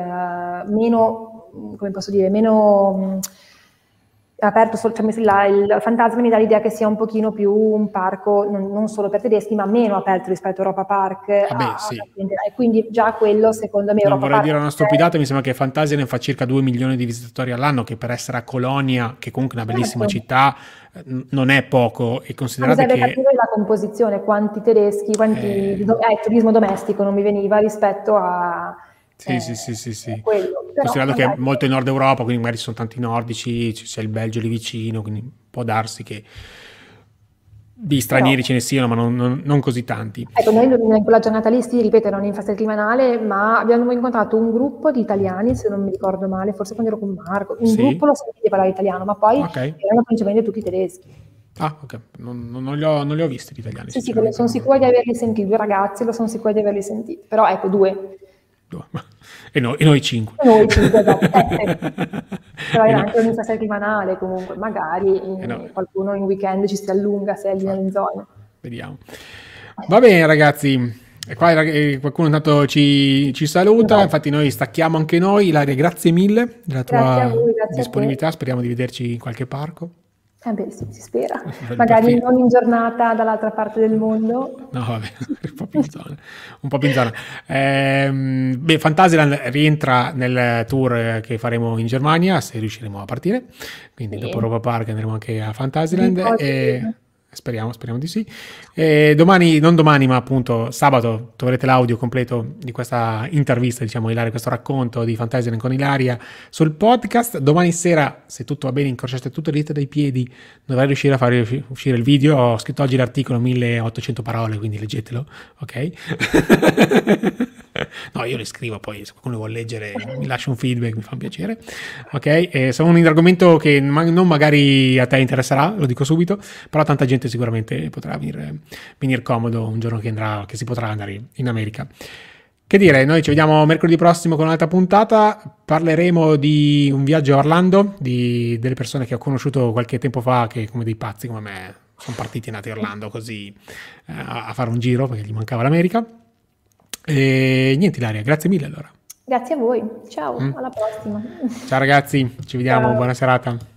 meno, come posso dire, meno aperto, il Fantasma mi dà l'idea che sia un pochino più un parco non solo per tedeschi, ma meno aperto rispetto a Europa Park. Sì. E quindi già quello, secondo me, non vorrei dire una stupidata, mi sembra che Fantasyland fa circa 2 milioni di visitatori all'anno, che per essere a Colonia, che comunque è una bellissima città, non è poco. E considerate che capire la composizione, quanti tedeschi, turismo domestico non mi veniva rispetto a... Sì. Considerando che è molto in Nord Europa, quindi magari ci sono tanti nordici, c'è il Belgio lì vicino, quindi può darsi che di stranieri ce ne siano, ma non così tanti. Ecco, noi in quella giornata lì, ripeto, era un'infrasettimanale, ma abbiamo incontrato un gruppo di italiani, se non mi ricordo male, forse quando ero con Marco, gruppo lo sentite parlare italiano, ma poi erano principalmente tutti tedeschi. Ah, ok, non li ho visti gli italiani. Sì, sono sicura di averli sentiti, 2 ragazzi, sono sicura di averli sentiti, però ecco, 2. E noi 5. Noi 5, esatto. Però era anche un'inizio settimanale, comunque, magari qualcuno in weekend ci si allunga se è lì nelle zone. Vediamo. Va bene, ragazzi. E qua qualcuno intanto ci saluta, infatti noi stacchiamo anche noi. Ilaria, grazie mille della tua disponibilità, speriamo di vederci in qualche parco. Beh, sì, si spera. Magari non in giornata dall'altra parte del mondo. No, vabbè, un po' più in zona. Fantasyland rientra nel tour che faremo in Germania, se riusciremo a partire. Quindi dopo Europa Park andremo anche a Fantasyland. Speriamo di sì. Non domani, ma appunto sabato troverete l'audio completo di questa intervista, diciamo, Ilaria, questo racconto di Fantasyland con Ilaria sul podcast. Domani sera, se tutto va bene, incrociate tutte le dita dai piedi, dovrei riuscire a fare uscire il video. Ho scritto oggi l'articolo 1800 parole, quindi leggetelo, ok? No, io le scrivo, poi se qualcuno vuole leggere mi lascia un feedback, mi fa un piacere, ok? Sono un argomento che non magari a te interesserà, lo dico subito, però tanta gente sicuramente potrà venire comodo un giorno che si potrà andare in America. Che dire, noi ci vediamo mercoledì prossimo con un'altra puntata, parleremo di un viaggio a Orlando, delle persone che ho conosciuto qualche tempo fa che come dei pazzi come me sono partiti nati a Orlando così a fare un giro perché gli mancava l'America. E niente, Ilaria, grazie mille allora. Grazie a voi, ciao, alla prossima. Ciao ragazzi, ci vediamo, buona serata.